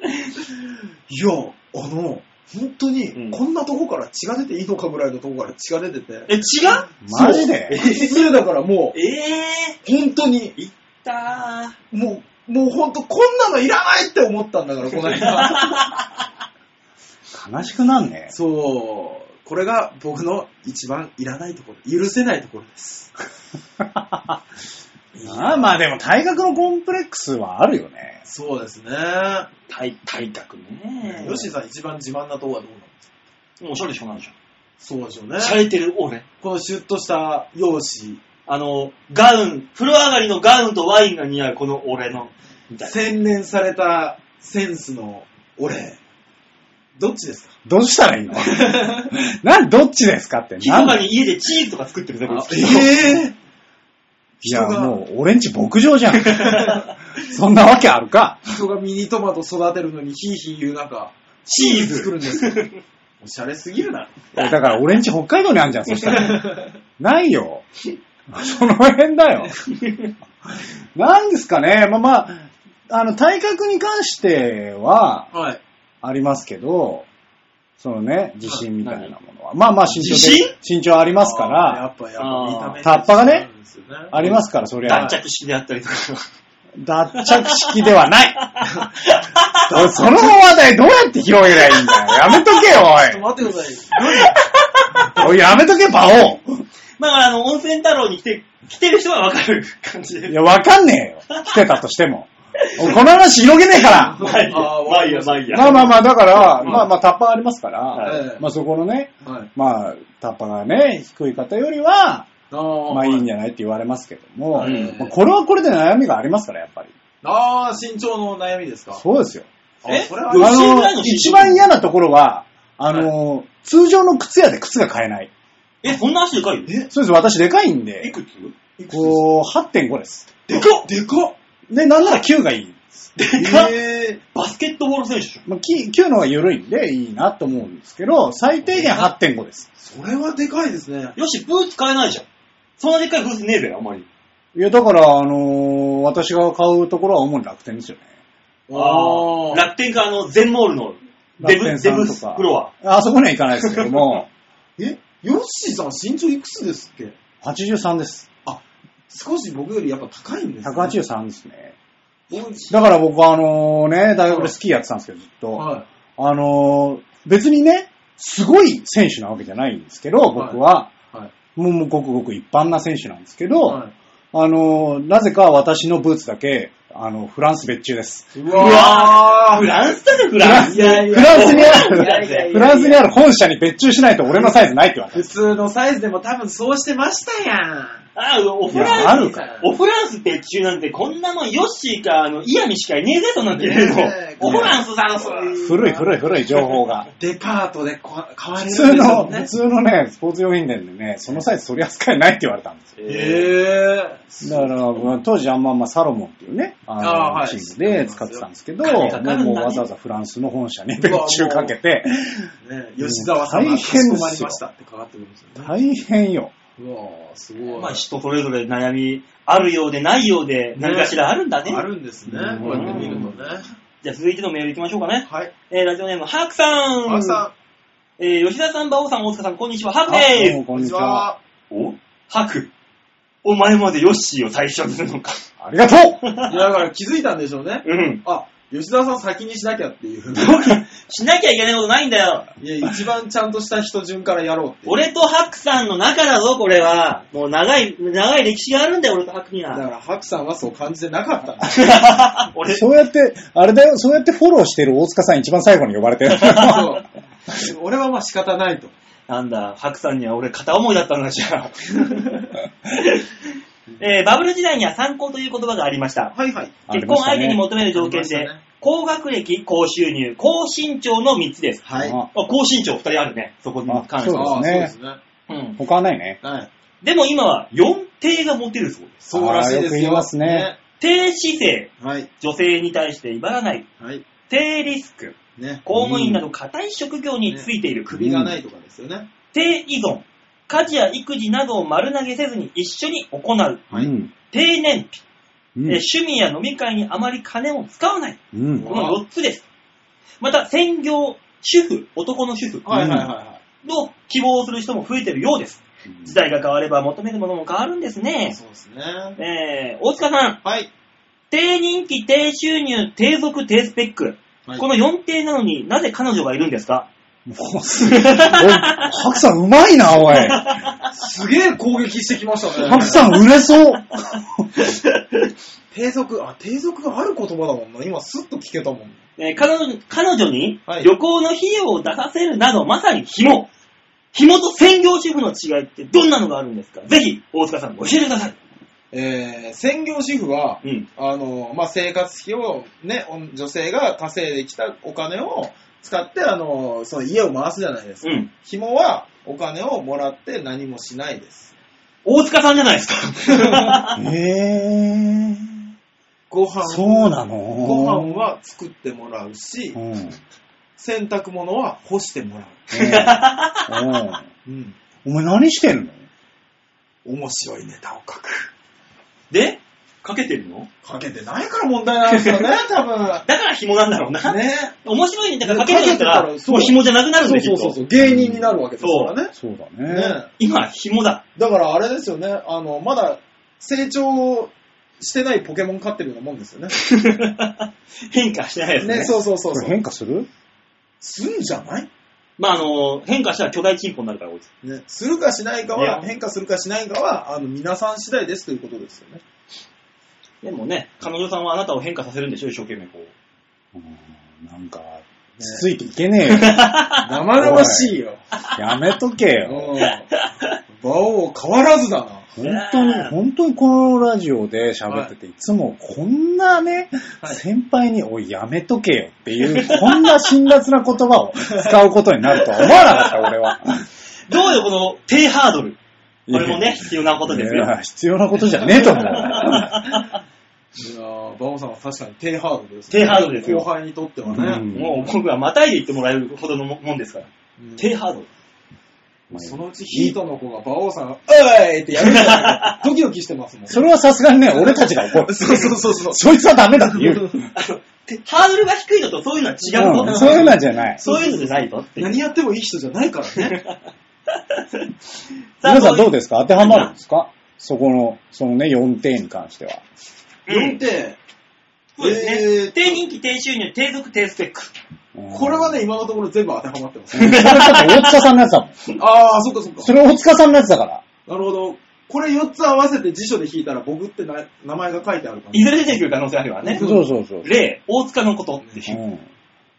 あの、本当に、こんなとこから血が出ていいのかぐらいのとこから血が出てて。 え、血が？ マジで？ 失礼だからもう、 えー、本当に。 いったー。もう、もう本当こんなのいらないって思ったんだから、この間。 悲しくなんね。 そう。これが僕の一番いらないところ、許せないところです。 ああ、まあでも体格のコンプレックスはあるよね。 そうですね。 体、体格ね。 ヨッシーさん一番自慢なとこはどうなんですか？ もうおしゃれしょなんでしょ。 そうでしょうね。 しゃれてる俺。 このシュッとした容姿。 あの、ガウン、風呂上がりのガウンとワインが似合うこの俺の、みたいな。 洗練されたセンスの俺。どっちですか？ どうしたらいいの？なんどっちですかって。 ひそかに家でチーズとか作ってるぜ、これ。 えぇ、 いや、もう、俺んち牧場じゃん。そんなわけあるか。 人がミニトマト育てるのにヒーヒー言う中、チーズ作るんですよ。おしゃれすぎるな。 だから俺んち北海道にあるじゃん、そしたら。ないよ。その辺だよ。なんですかね。まあまあ、あの、体格に関しては、はい。ありますけど、そのね、自信みたいなものは。まあまあ身長で、身長ありますから、 やっぱ、やっぱ見た目。 タッパがね、ありますから、そりゃ。 脱着式であったりとか。 脱着式ではない。その話題どうやって広げりゃいいんだよ。やめとけよ、おい。 ちょっと待ってください。 おい、やめとけ、馬王。 まあ、あの、温泉太郎に来て、来てる人はわかる感じで。 いや、わかんねえよ。来てたとしても。この話広げねえから。 まあいいや、まあいいや、まあいいや。 まあまあまあ、だから、まあまあ、タッパーありますから、 はい、 まあそこのね、はい、まあ、タッパーがね、低い方よりは、まあいいんじゃないって言われますけども、はい、まあ、これはこれで悩みがありますから、やっぱり。 ああ、身長の悩みですか？ そうですよ。 えそれはあの、一番嫌なところは、あの、はい、通常の靴屋で靴が買えない。 え、そんな足でかい？ え、 そうです、私でかいんで。 いくつ？ こう、はってんごです。 でかっでかっで、なんならきゅうがいい。 でかっ、えー、バスケットボール選手でしょ。 まあ、きゅうの方が緩いんでいいなと思うんですけど、最低限はってんごです。 それはでかいですね。 よし、ブーツ買えないじゃん。そんなでっかいブーツねえべよ、あんまり。 いや、だから、あのー、私が買うところは主に楽天ですよね。 ああ。楽天か、あの、全モールのデブ、デブフロア。 あそこには行かないですけども。 え、ヨッシーさん身長いくつですっけ？ はちじゅうさんです。 あ、少し僕よりやっぱ高いんですね。 ひゃくはちじゅうさんですね。だから僕はあのね、大学でスキーやってたんですけど、ずっと。はい、あのー、別にね、すごい選手なわけじゃないんですけど、僕は。はいはい、もう、もうごくごく一般な選手なんですけど、はい、あのー、なぜか私のブーツだけ、あの、フランス別注です。 うわー、フランスだね、フランス。 フランスにある、フランスにある本社に別注しないと俺のサイズないって言われた。 普通のサイズでも多分そうしてましたやん。 あ、オフランス。あるか。オフランスって中なんてこんなもんヨッシーか、あの、イヤミしかいねえぜとなってるの。オフランスさん、そういう。 古い古い古い情報が。 デパートで買われるんですよね。普通の、普通のね、スポーツ用品店でね、そのサイズ取り扱いないって言われたんですよ。 へー。だから、当時あんままサロモンっていうね、あの、あチームで使ってたんですけど、もうわざわざフランスの本社に別注かけて、 ね、吉沢さんがかしこまりましたってかかってくるんですよね。 大変よ。 うわー、すごい。 まあ人それぞれ悩みあるようでないようで、何かしらあるんだね。 あるんですね。こうやって見るとね。 じゃあ続いてのメール行きましょうかね。 はい。 えー、ラジオネーム、ハークさん。 ハークさん。えー、吉田さん、馬王さん、大塚さん、こんにちは。ハークでーす。 こんにちは。 おハーク。お前までヨッシーを対象にするのか。 ありがとういや、だから気づいたんでしょうね。 うん。 あ、吉沢さん先にしなきゃっていう。 しなきゃいけないことないんだよ。 いや、一番ちゃんとした人順からやろうって。 俺とハクさんの仲だぞ、これは。もう長い、長い歴史があるんだよ、俺とハクには。 だから、ハクさんはそう感じてなかったんだ。 俺そうやって、あれだよ、そうやってフォローしてる大塚さん一番最後に呼ばれてる。そう。 俺はまあ仕方ないと。 なんだ、ハクさんには俺片思いだったのかしら。えー、バブル時代には参考という言葉がありました。 はいはい。 結婚相手に求める条件で、ね、高学歴、高収入、高身長のみっつです。 はい。 あ、高身長ふたりあるね。そこに関しては。そうですね。うん。他はないね。 はい。 でも今はよん低が持てるそうです。 そうらしいですよ。 よく言いますね。 低姿勢。 はい。 女性に対して威張らない。 はい。 低リスク。 ね。 公務員など固い職業についている。 ね、首がないとかですよね。 低依存。家事や育児などを丸投げせずに一緒に行う。 はい。 低燃費、 うん、 趣味や飲み会にあまり金を使わない。 うん、 このよっつです。また、専業、主婦、男の主婦はいはいはいはい、 の希望する人も増えてるようです。うん、時代が変われば求めるものも変わるんですね。 そうですね。 えー、大塚さん。 はい。 低人気、低収入、低属、低スペック。はい、このよん低なのになぜ彼女がいるんですか？ もうすげえ。ハクさんうまいな、おい。 すげえ攻撃してきましたね。 ハクさん売れそう。 低俗、あ、低俗がある言葉だもんな。今スッと聞けたもん。 えー、彼女、彼女に旅行の費用を出させるなど、まさに紐。紐と専業主婦の違いってどんなのがあるんですか？ぜひ、大塚さん教えてください。 えー、専業主婦は、 うん、 あの、まあ、生活費をね、女性が稼いできたお金を、使って、あの、その家を回すじゃないですか。うん。紐はお金をもらって何もしないです。 大塚さんじゃないですか。 へぇー。 ご飯そうなの？ ご飯は作ってもらうし、うん、洗濯物は干してもらう。 うん、お前何してんの？ 面白いネタを書く。 でかけてるの？ かけてないから問題なんですよね、多分。 だから紐なんだろうな。 ね。 面白いネタがかけてるんだったら、もう紐じゃなくなるんだよ。 そうそうそう。芸人になるわけですからね。 そうだね。ね。 今、紐だ。 だからあれですよね、あの、まだ成長してないポケモン飼ってるようなもんですよね。 変化してないですね。 ね、そうそうそうそう。 変化する？ すんじゃない？ まあ、あの、変化したら巨大チンポになるから、こいつ。 ね。するかしないかは、変化するかしないかは、あの、皆さん次第ですということですよね。 でもね、彼女さんはあなたを変化させるんでしょ、一生懸命こう。うん、なんか、つついていけねえよ。 生々しいよ。 やめとけよ。 馬王変わらずだな。 本当に、本当にこのラジオで喋ってて、はい、いつもこんなね、はい、先輩に、おい、やめとけよっていう、こんな辛辣な言葉を使うことになるとは思わなかった、俺は。 どうよ、この低ハードル。これもね、必要なことですよ。 いや、必要なことじゃねえと思う。 いやー、馬王さんは確かに低ハードルですね。低ハードルですよ。 後輩にとってはね。 うん、もう僕はまたいで言ってもらえるほどのもんですから。うん、低ハードル。 そのうちヒートの子が馬王さんが、おいってやるんだドキドキしてますもん。 それはさすがにね、俺たちが怒る。 そうそうそうそう。 そいつはダメだって言う。 ハードルが低いのとそういうのは違うの、 うん、そういうのじゃない。 そういうのじゃないとって。 何やってもいい人じゃないからね。 皆さんどうですか？当てはまるんですか？そこの、そのね、よん低に関しては。 よん低。 そうですね。えー、低人気、低収入、低属、低スペック。 これはね、今のところ全部当てはまってます。 それだって大塚さんのやつだもん。 ああ、そっかそっか。 それ大塚さんのやつだから。 なるほど。これよっつ合わせて辞書で引いたら僕ってな名前が書いてあるから。 いずれ出てくる可能性あるわね。 そうそうそう。 例、大塚のことっていう。うん、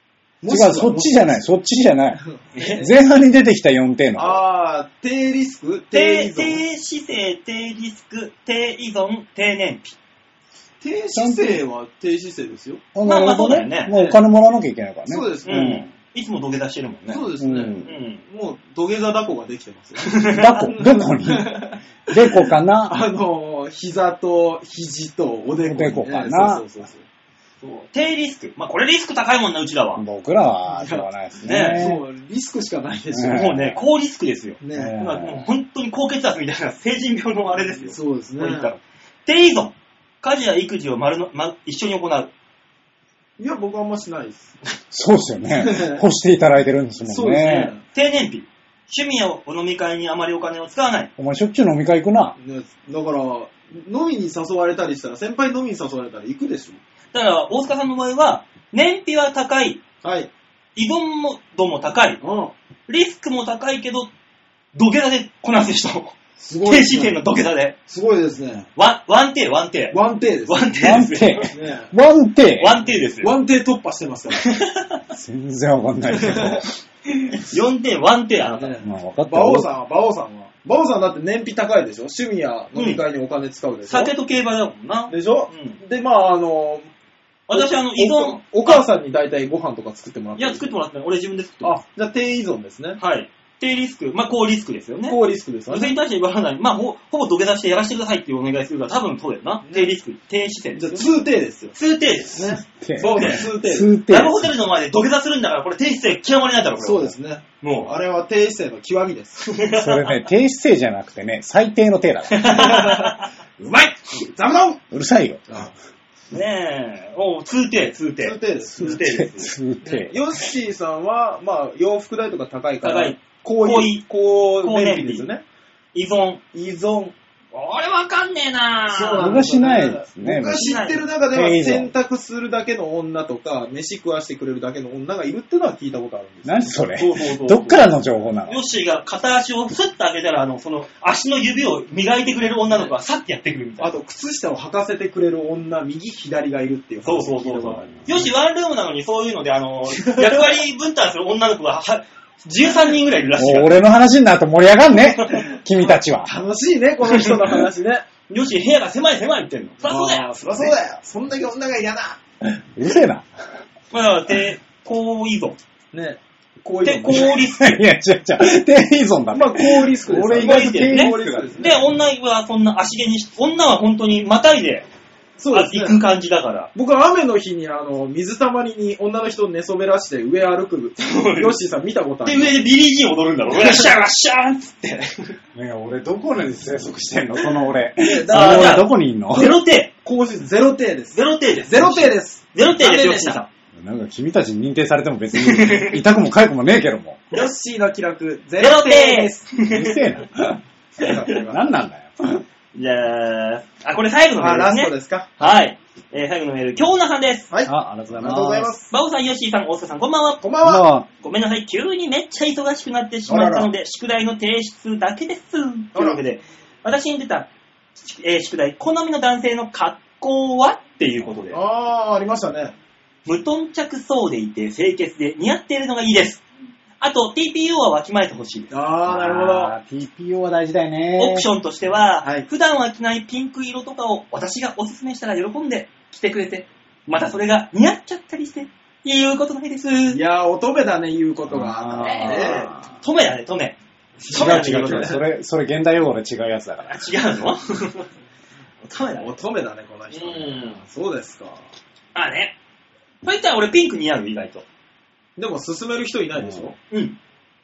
違う、そっちじゃない、そっちじゃない。前半に出てきたよんていの。 あー、低リスク低、 依存低姿勢、低リスク、低依存、低燃費。 低姿勢は低姿勢ですよ。 あ、なるほどね。 まあまあそうだよねもうお金もらわなきゃいけないからね。 そうですね。 うん。いつも土下座してるもんね。 そうですね。 うんうん。 もう土下座だこができてますよ。 だこ、どこにでこかなあのー、膝と肘とおでこに、ね。 おでこかなそうそうそうそう。 そう低リスク。まあこれリスク高いもんな、うちらは。も僕らはしょうがないですね。 ねそう、リスクしかないでしょ。 ねうね、高リスクですよ。 ね。 ねまあもう本当に高血圧みたいな成人病のあれですよ。 そうですねこういったら低依存。家事や育児を丸の、ま、一緒に行う。 いや、僕はあんましないです。 そうですよね。干していただいてるんですもんね。 そうですね。 低燃費。趣味やお飲み会にあまりお金を使わない。 お前しょっちゅう飲み会行くな。 ねだから、飲みに誘われたりしたら、先輩飲みに誘われたら行くでしだから、大塚さんの場合は、燃費は高い、 ょ。はい。 依存度も高い、 うん。 リスクも高いけど、土下座でこなす人。 すごいですね。 低姿勢の土下座で。 すごいですね。 ワン、ワンテー、ワンテー。 ワンテイです。 ワンテワンーですよ。 テねワンテワンテーですよ。 ワンテイ突破してますから。 全然わかんないけど。 よんテー、ワンテー、あなた。 ねまあ分かった馬王よ。 さんは、馬王さんは。馬王さんだって燃費高いでしょ。趣味や飲み会にお金使うでしょ。 酒と競馬だもんな。 でしょ、 うんで、まあ、あの、 私、あの、依存。 おお母さんに大体ご飯とか作ってもらってる。 いや、作ってもらってない。俺自分で作ってもらっあ、じゃあ低依存ですね。 た。はい。低リスク。まあ、高リスクですよね。 高リスクですよね。 それに対して言わない。まあ、ほほぼ土下座してやらせてくださいっていうお願いするから、多分そうだよな。低リスク、低姿勢じゃあですよ。 に低ですよ。 通低です。 ね。 テそうね、 ねに低。 数テラブホテルの前で土下座するんだから、これ低姿勢極まりないだろ、これ。 そうですね。 もあれは低姿勢の極みです。 それね、低姿勢じゃなくてね、最低の低だから。 う。うまいザムドンうるさいよ。 ねえ。おう、通低、通低。 に低です。 通低です。 数低。 ヨッシーさんは、まあ、洋服代とか高いから、 高い高高い高高燃費燃費ですよね。 依存。 依存。 俺わかんねえなぁ。 そうなん僕はしないですね僕が知ってる中では低依存洗濯するだけの女とか、飯食わしてくれるだけの女がいるっていうのは聞いたことあるんですよ。 何それそうそうそう。 どっからの情報なのヨッシーが片足をスッと上げたら、あの、その、足の指を磨いてくれる女の子がさっとやってくるみたいな。 あと、靴下を履かせてくれる女、右、左がいるっていうそう話を聞いたそうそうそうことあります。。 ヨッシーワンルームなのにそういうので、あの、役割分担する女の子がはじゅうさんにんぐらいいるらしいから。 俺の話になると盛り上がんね。君たちは。 楽しいね、この人の話ね。 ヨッシー部屋が狭い狭いって言ってんの。そりゃそうだよ。 あーそりゃそうだよ。そんだけ女が嫌だ。 うるせえな。 まあ、低、高依存。 ね。こういで、 う高の。 リスク。 いや、違う違う。低依存だ。 まあ、高リスクです。 俺意外と低リスクだ高リスクですね。 で、女はそんな足毛にし、女は本当にまたいで、 そうですね。 行く感じだから。 僕は雨の日に、あの、水たまりに女の人を寝そべらして上歩く、ヨッシーさん見たことあで、 る。 上でビリー・ジーン踊るんだろ。わっしゃわっしゃーっつって。 ねえ俺どこに生息してんのその俺。そだからの俺どこにいんのゼロ低。 高視ゼロ低です。 ゼロ低です。 ゼロ低です。 ゼロ低です、ヨッ残念でしたシーさなんか君たちに認定されても別に痛くも痒くもねえけども。 ヨッシーの記録、ゼゼロロ低低ですす。 うるせえな。何なんだよ。 ん。じゃあ、あ、これ最後のメーあ、ラスルですね。 トですか。 はい。えー、最後のメール、京奈さんです。 はい。 あ、ありがとうありがとうございございま。 ますす。 バオさん、ヨッシーさん、大塚さん、こんばんは。 こんばんは。 まあ、 ごめんなさい、急にめっちゃ忙しくなってしまったので、宿題の提出だけです。というわけで、私に出た、えー宿題、好みの男性の格好はっていうことで、 あー、ありましたね。 無頓着そうでいて清潔で似合っているのがいいです。あと、ティーピーオー はわきまえてほしいです。 あー、なるほど。 あー ティーピーオー は大事だよね。 オプションとしては、 はい普段は着ないピンク色とかを私がおすすめしたら喜んで着てくれて、またそれが似合っちゃったりして、いうことないです。 いやー、乙女だね、言うことが。 あーねトメだね、トメ。 違う違う違う。それ、それ現代用語で違うやつだから。 違うのトメだね。 乙女だね、この人。 うんそうですか。 あね。こういったら俺ピンク似合う、意外と。 でも、進める人いないでしょ。 うん。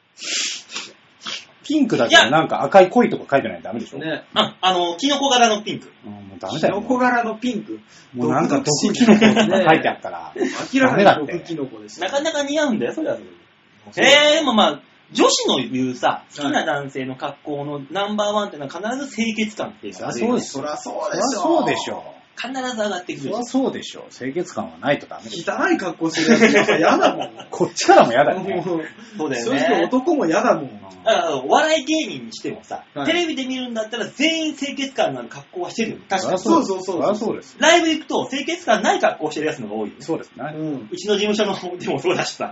ピンクだけどなんか赤い恋とか書いてないとダメでしょ。 ね。 あ、あの、キノコ柄のピンク。 うんもうダメキだよ。 ノコ柄のピンク。 もうなんか毒毒キノコとかね書いてあったら。 明らかにダメだって毒キノコです。 なかなか似合うんだよ、それはそれそうで。えー、でもまあ、女子の言うさ、好きな男性の格好のナンバーワンってのは必ず清潔感っていうのがそうですそりゃそうでそりゃしょ。 そうでしょ。 必ず上がってくるそりゃそうでしょ。清潔感はないとダメでしょ。 汚い格好してるやつ嫌だもん。 こっちからも嫌だよね。 もうそうだよ正直ね。 男も嫌だもん。 だからお笑い芸人にしてもさ、 はいテレビで見るんだったら全員清潔感のある格好はしてるよ。確かに。 そうそうそうそりゃそうですよ。 ライブ行くと清潔感ない格好してるやつのが多いよね。 そうですね。 うん。 うちの事務所のでもそうだしさ、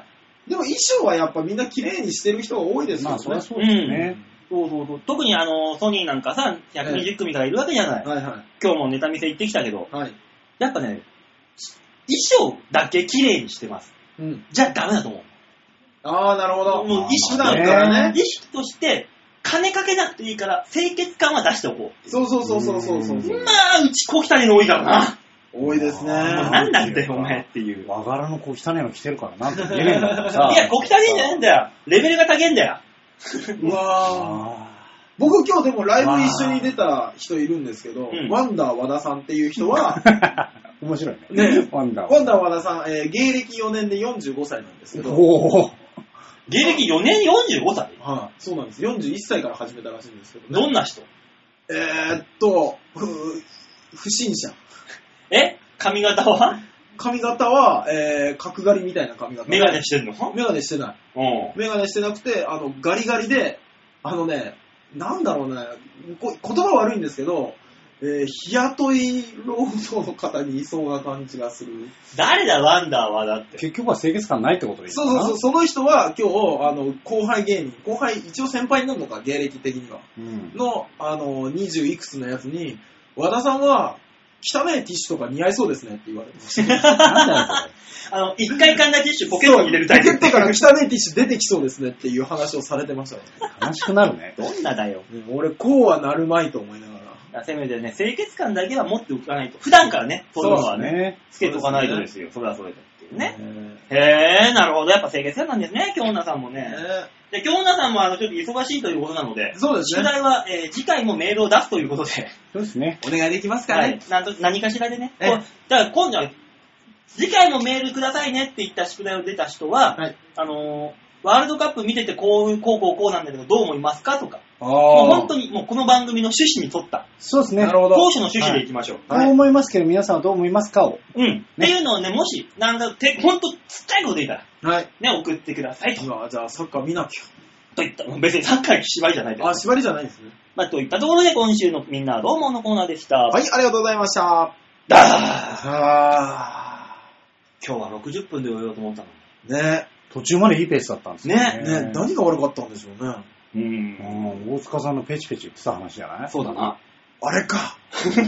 でも衣装はやっぱみんな綺麗にしてる人が多いですよね。 まあそりゃそうですね。 うん、そうそうそう。特にあの、ソニーなんかさ、ひゃくにじゅっ組からいるわけじゃない。 はいはい。 今日もネタ見せ行ってきたけど、 はい。 やっぱね、衣装だけ綺麗にしてます。 うん。 じゃダメだと思う。 ああ、なるほど。 もう意識普段からね。 意識として、金かけなくていいから、清潔感は出しておこう。 そうそうそうそうそうそう。 まあ、うち小汚いの多いからな。 多いですね。もうなんなんだよ、お前っていう。 和柄の小汚いの着てるからなんと言えねえんだからさ。 いや、小汚いんじゃないんだよ。レベルが高いんだよ。 うわー。僕今日でもライブ一緒に出た人いるんですけど、うん、ワンダー和田さんっていう人は、 面白いね。 ね、ワンダー。ワンダー和田さん、えー、芸歴よねんでよんじゅうごさいなんですけど、 お芸歴よねんよんじゅうごさい？ はい、あ、そうなんです。よんじゅういっさいから始めたらしいんですけどね。 どんな人？ えーっと、ふ不審者。 え？髪型は？ 髪型は、えー、角刈りみたいな髪型。 メガネしてんの？ メガネしてない。うん。メガネしてなくて、あの、ガリガリで、あのね、なんだろうね、こ言葉悪いんですけど、えー、日雇い労働の方にいそうな感じがする。 誰だ、ワンダーはだって。 結局は清潔感ないってことでいいかな。 そうそうそう、その人は今日、あの、後輩芸人、後輩、一応先輩になるのか、芸歴的には。うん、の、あの、二十いくつのやつに、和田さんは、汚いティッシュとか似合いそうですねって言われてました。なんだよ、それ。 あの、一回噛んだティッシュポケットに入れるタイプ。 ポケットから汚いティッシュ出てきそうですねっていう話をされてましたね。 悲しくなるね。 どんなだよ。 俺、こうはなるまいと思いながら。 せめてね、清潔感だけは持っておかないと。普段からね、そういうのはね、つけとかないとですよ。それはそれでっていうね。へー、なるほど。やっぱ清潔感なんですね、京女さんもね。で、京女さんもあの、ちょっと忙しいということなので、 そうですね。 宿題は、えー、次回もメールを出すということで。 そうですね。 お願いできますかね。はい。 なんと、何かしらでね。だから今度は、次回もメールくださいねって言った宿題を出た人は、はい、あのー、ワールドカップ見ててこう、こう、こう、こうなんだけどどう思いますかとか。あもう本当にもうこの番組の趣旨に沿った。 そうですね。 なるほど。当初の趣旨でいきましょう。 はい、こう思いますけど皆さんはどう思いますかを。 うん。ね、っていうのをね、もし、なんか、て、ほんとちっちゃいことでいいから。 はい。 ね、送ってくださいと。 じゃあサッカー見なきゃ。 といった。別にサッカー縛りじゃないです。 あ、縛りじゃないですね。 まあ、といったところで今週のみんなどうものコーナーでした。 はい、ありがとうございました。 だーあー今日はろくじゅっぷんで終えようと思ったの。 ね。 途中までいいペースだったんですね。 ね。ね、何が悪かったんでしょうね。 うん。大塚さんのペチペチ言ってた話じゃない？ そうだな。 あれか。 うん、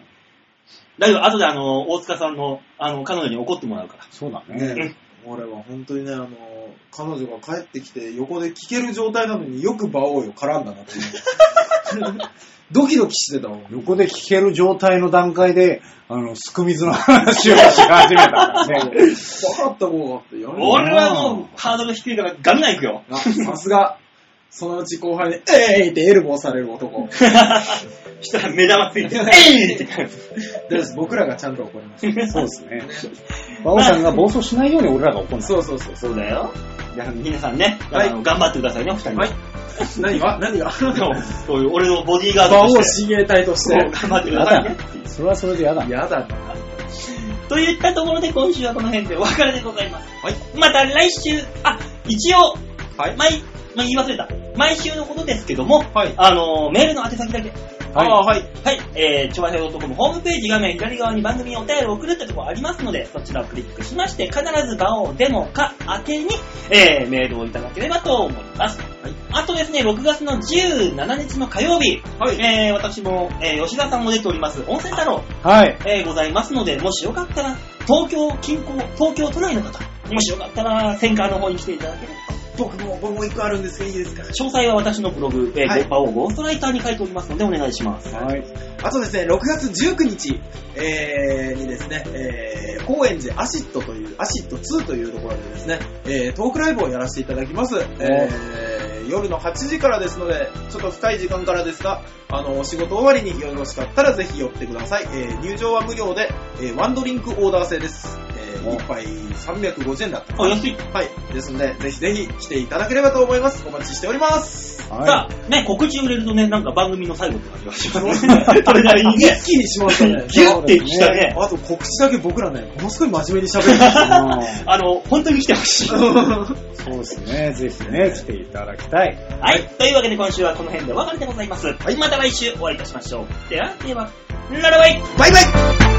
だけど、後であの、大塚さんの、あの、彼女に怒ってもらうから。 そうだね。 ね、うん、俺は本当にね、あの、彼女が帰ってきて横で聞ける状態なのによく馬王よ絡んだなと思って。ドキドキしてたもん。 横で聞ける状態の段階で、あの、すく水の話をし始めたからね。 分かったもんってやる。 俺はもう、ハードル低いからガンガン行くよ。 さすが。そのうち後輩に、えーいってエルボーされる男。 したら目玉ついて、えーいって感じ。 です。僕らがちゃんと怒ります。 そうですね。馬王さんが暴走しないように俺らが怒るんだ。 そうそうそう。 そうだよ。皆さんね、はい、あの頑張ってくださいね、お二人。はい。 何が何がそういう俺のボディーガードとして。馬王親衛隊として。 頑張ってくださいね。 それはそれで嫌だ。 嫌だな。 といったところで今週はこの辺でお別れでございます。はい。また来週、あ、一応、はい。毎、まあ、言い忘れた。毎週のことですけども、はい。あの、メールの宛先だけ。 はい。あはい。 はい。えー、ちょわへい .com ホームページ画面左側に番組にお便りを送るってところありますので、そちらをクリックしまして、必ず場をデモか宛てに、えー、メールをいただければと思います。はい。あとですね、ろくがつのじゅうしちにちの火曜日、はい。えー、私も、えー、吉田さんも出ております、温泉太郎。 はい。 えー、ございますので、もしよかったら、東京近郊、東京都内の方、もしよかったら、センカーの方に来ていただければ。 僕も、僕も一個あるんですけどいいですか？ 詳細は私のブログ、えー、はい、ゴーストライターに書いておりますのでお願いします。 はい。あとですね、ろくがつじゅうくにち、えー、にですね、えー、高円寺アシッドという、アシッドツーというところでですね、えー、トークライブをやらせていただきます。えー、夜のはちじからですので、ちょっと深い時間からですが、あの、お仕事終わりによろしかったらぜひ寄ってください。えー、入場は無料で、えー、ワンドリンクオーダー制です。いっぱいさんびゃくごじゅうえんだった。 あ、安い。 はい。ですので、ぜひぜひ来ていただければと思います。お待ちしております。 はい、さあ、ね、告知売れるとね、なんか番組の最後って感じがしますね。それなりにね。 一気にしましたね。 ギュッてしたね。 あと告知だけ僕らね、ものすごい真面目に喋るんですよ。 あの、本当に来てほしい。 そうですね。ぜひね、来ていただきたい。 はい。というわけで今週はこの辺でお別れでございます。はい。また来週お会いいたしましょう。では、では、ララバイバイバイ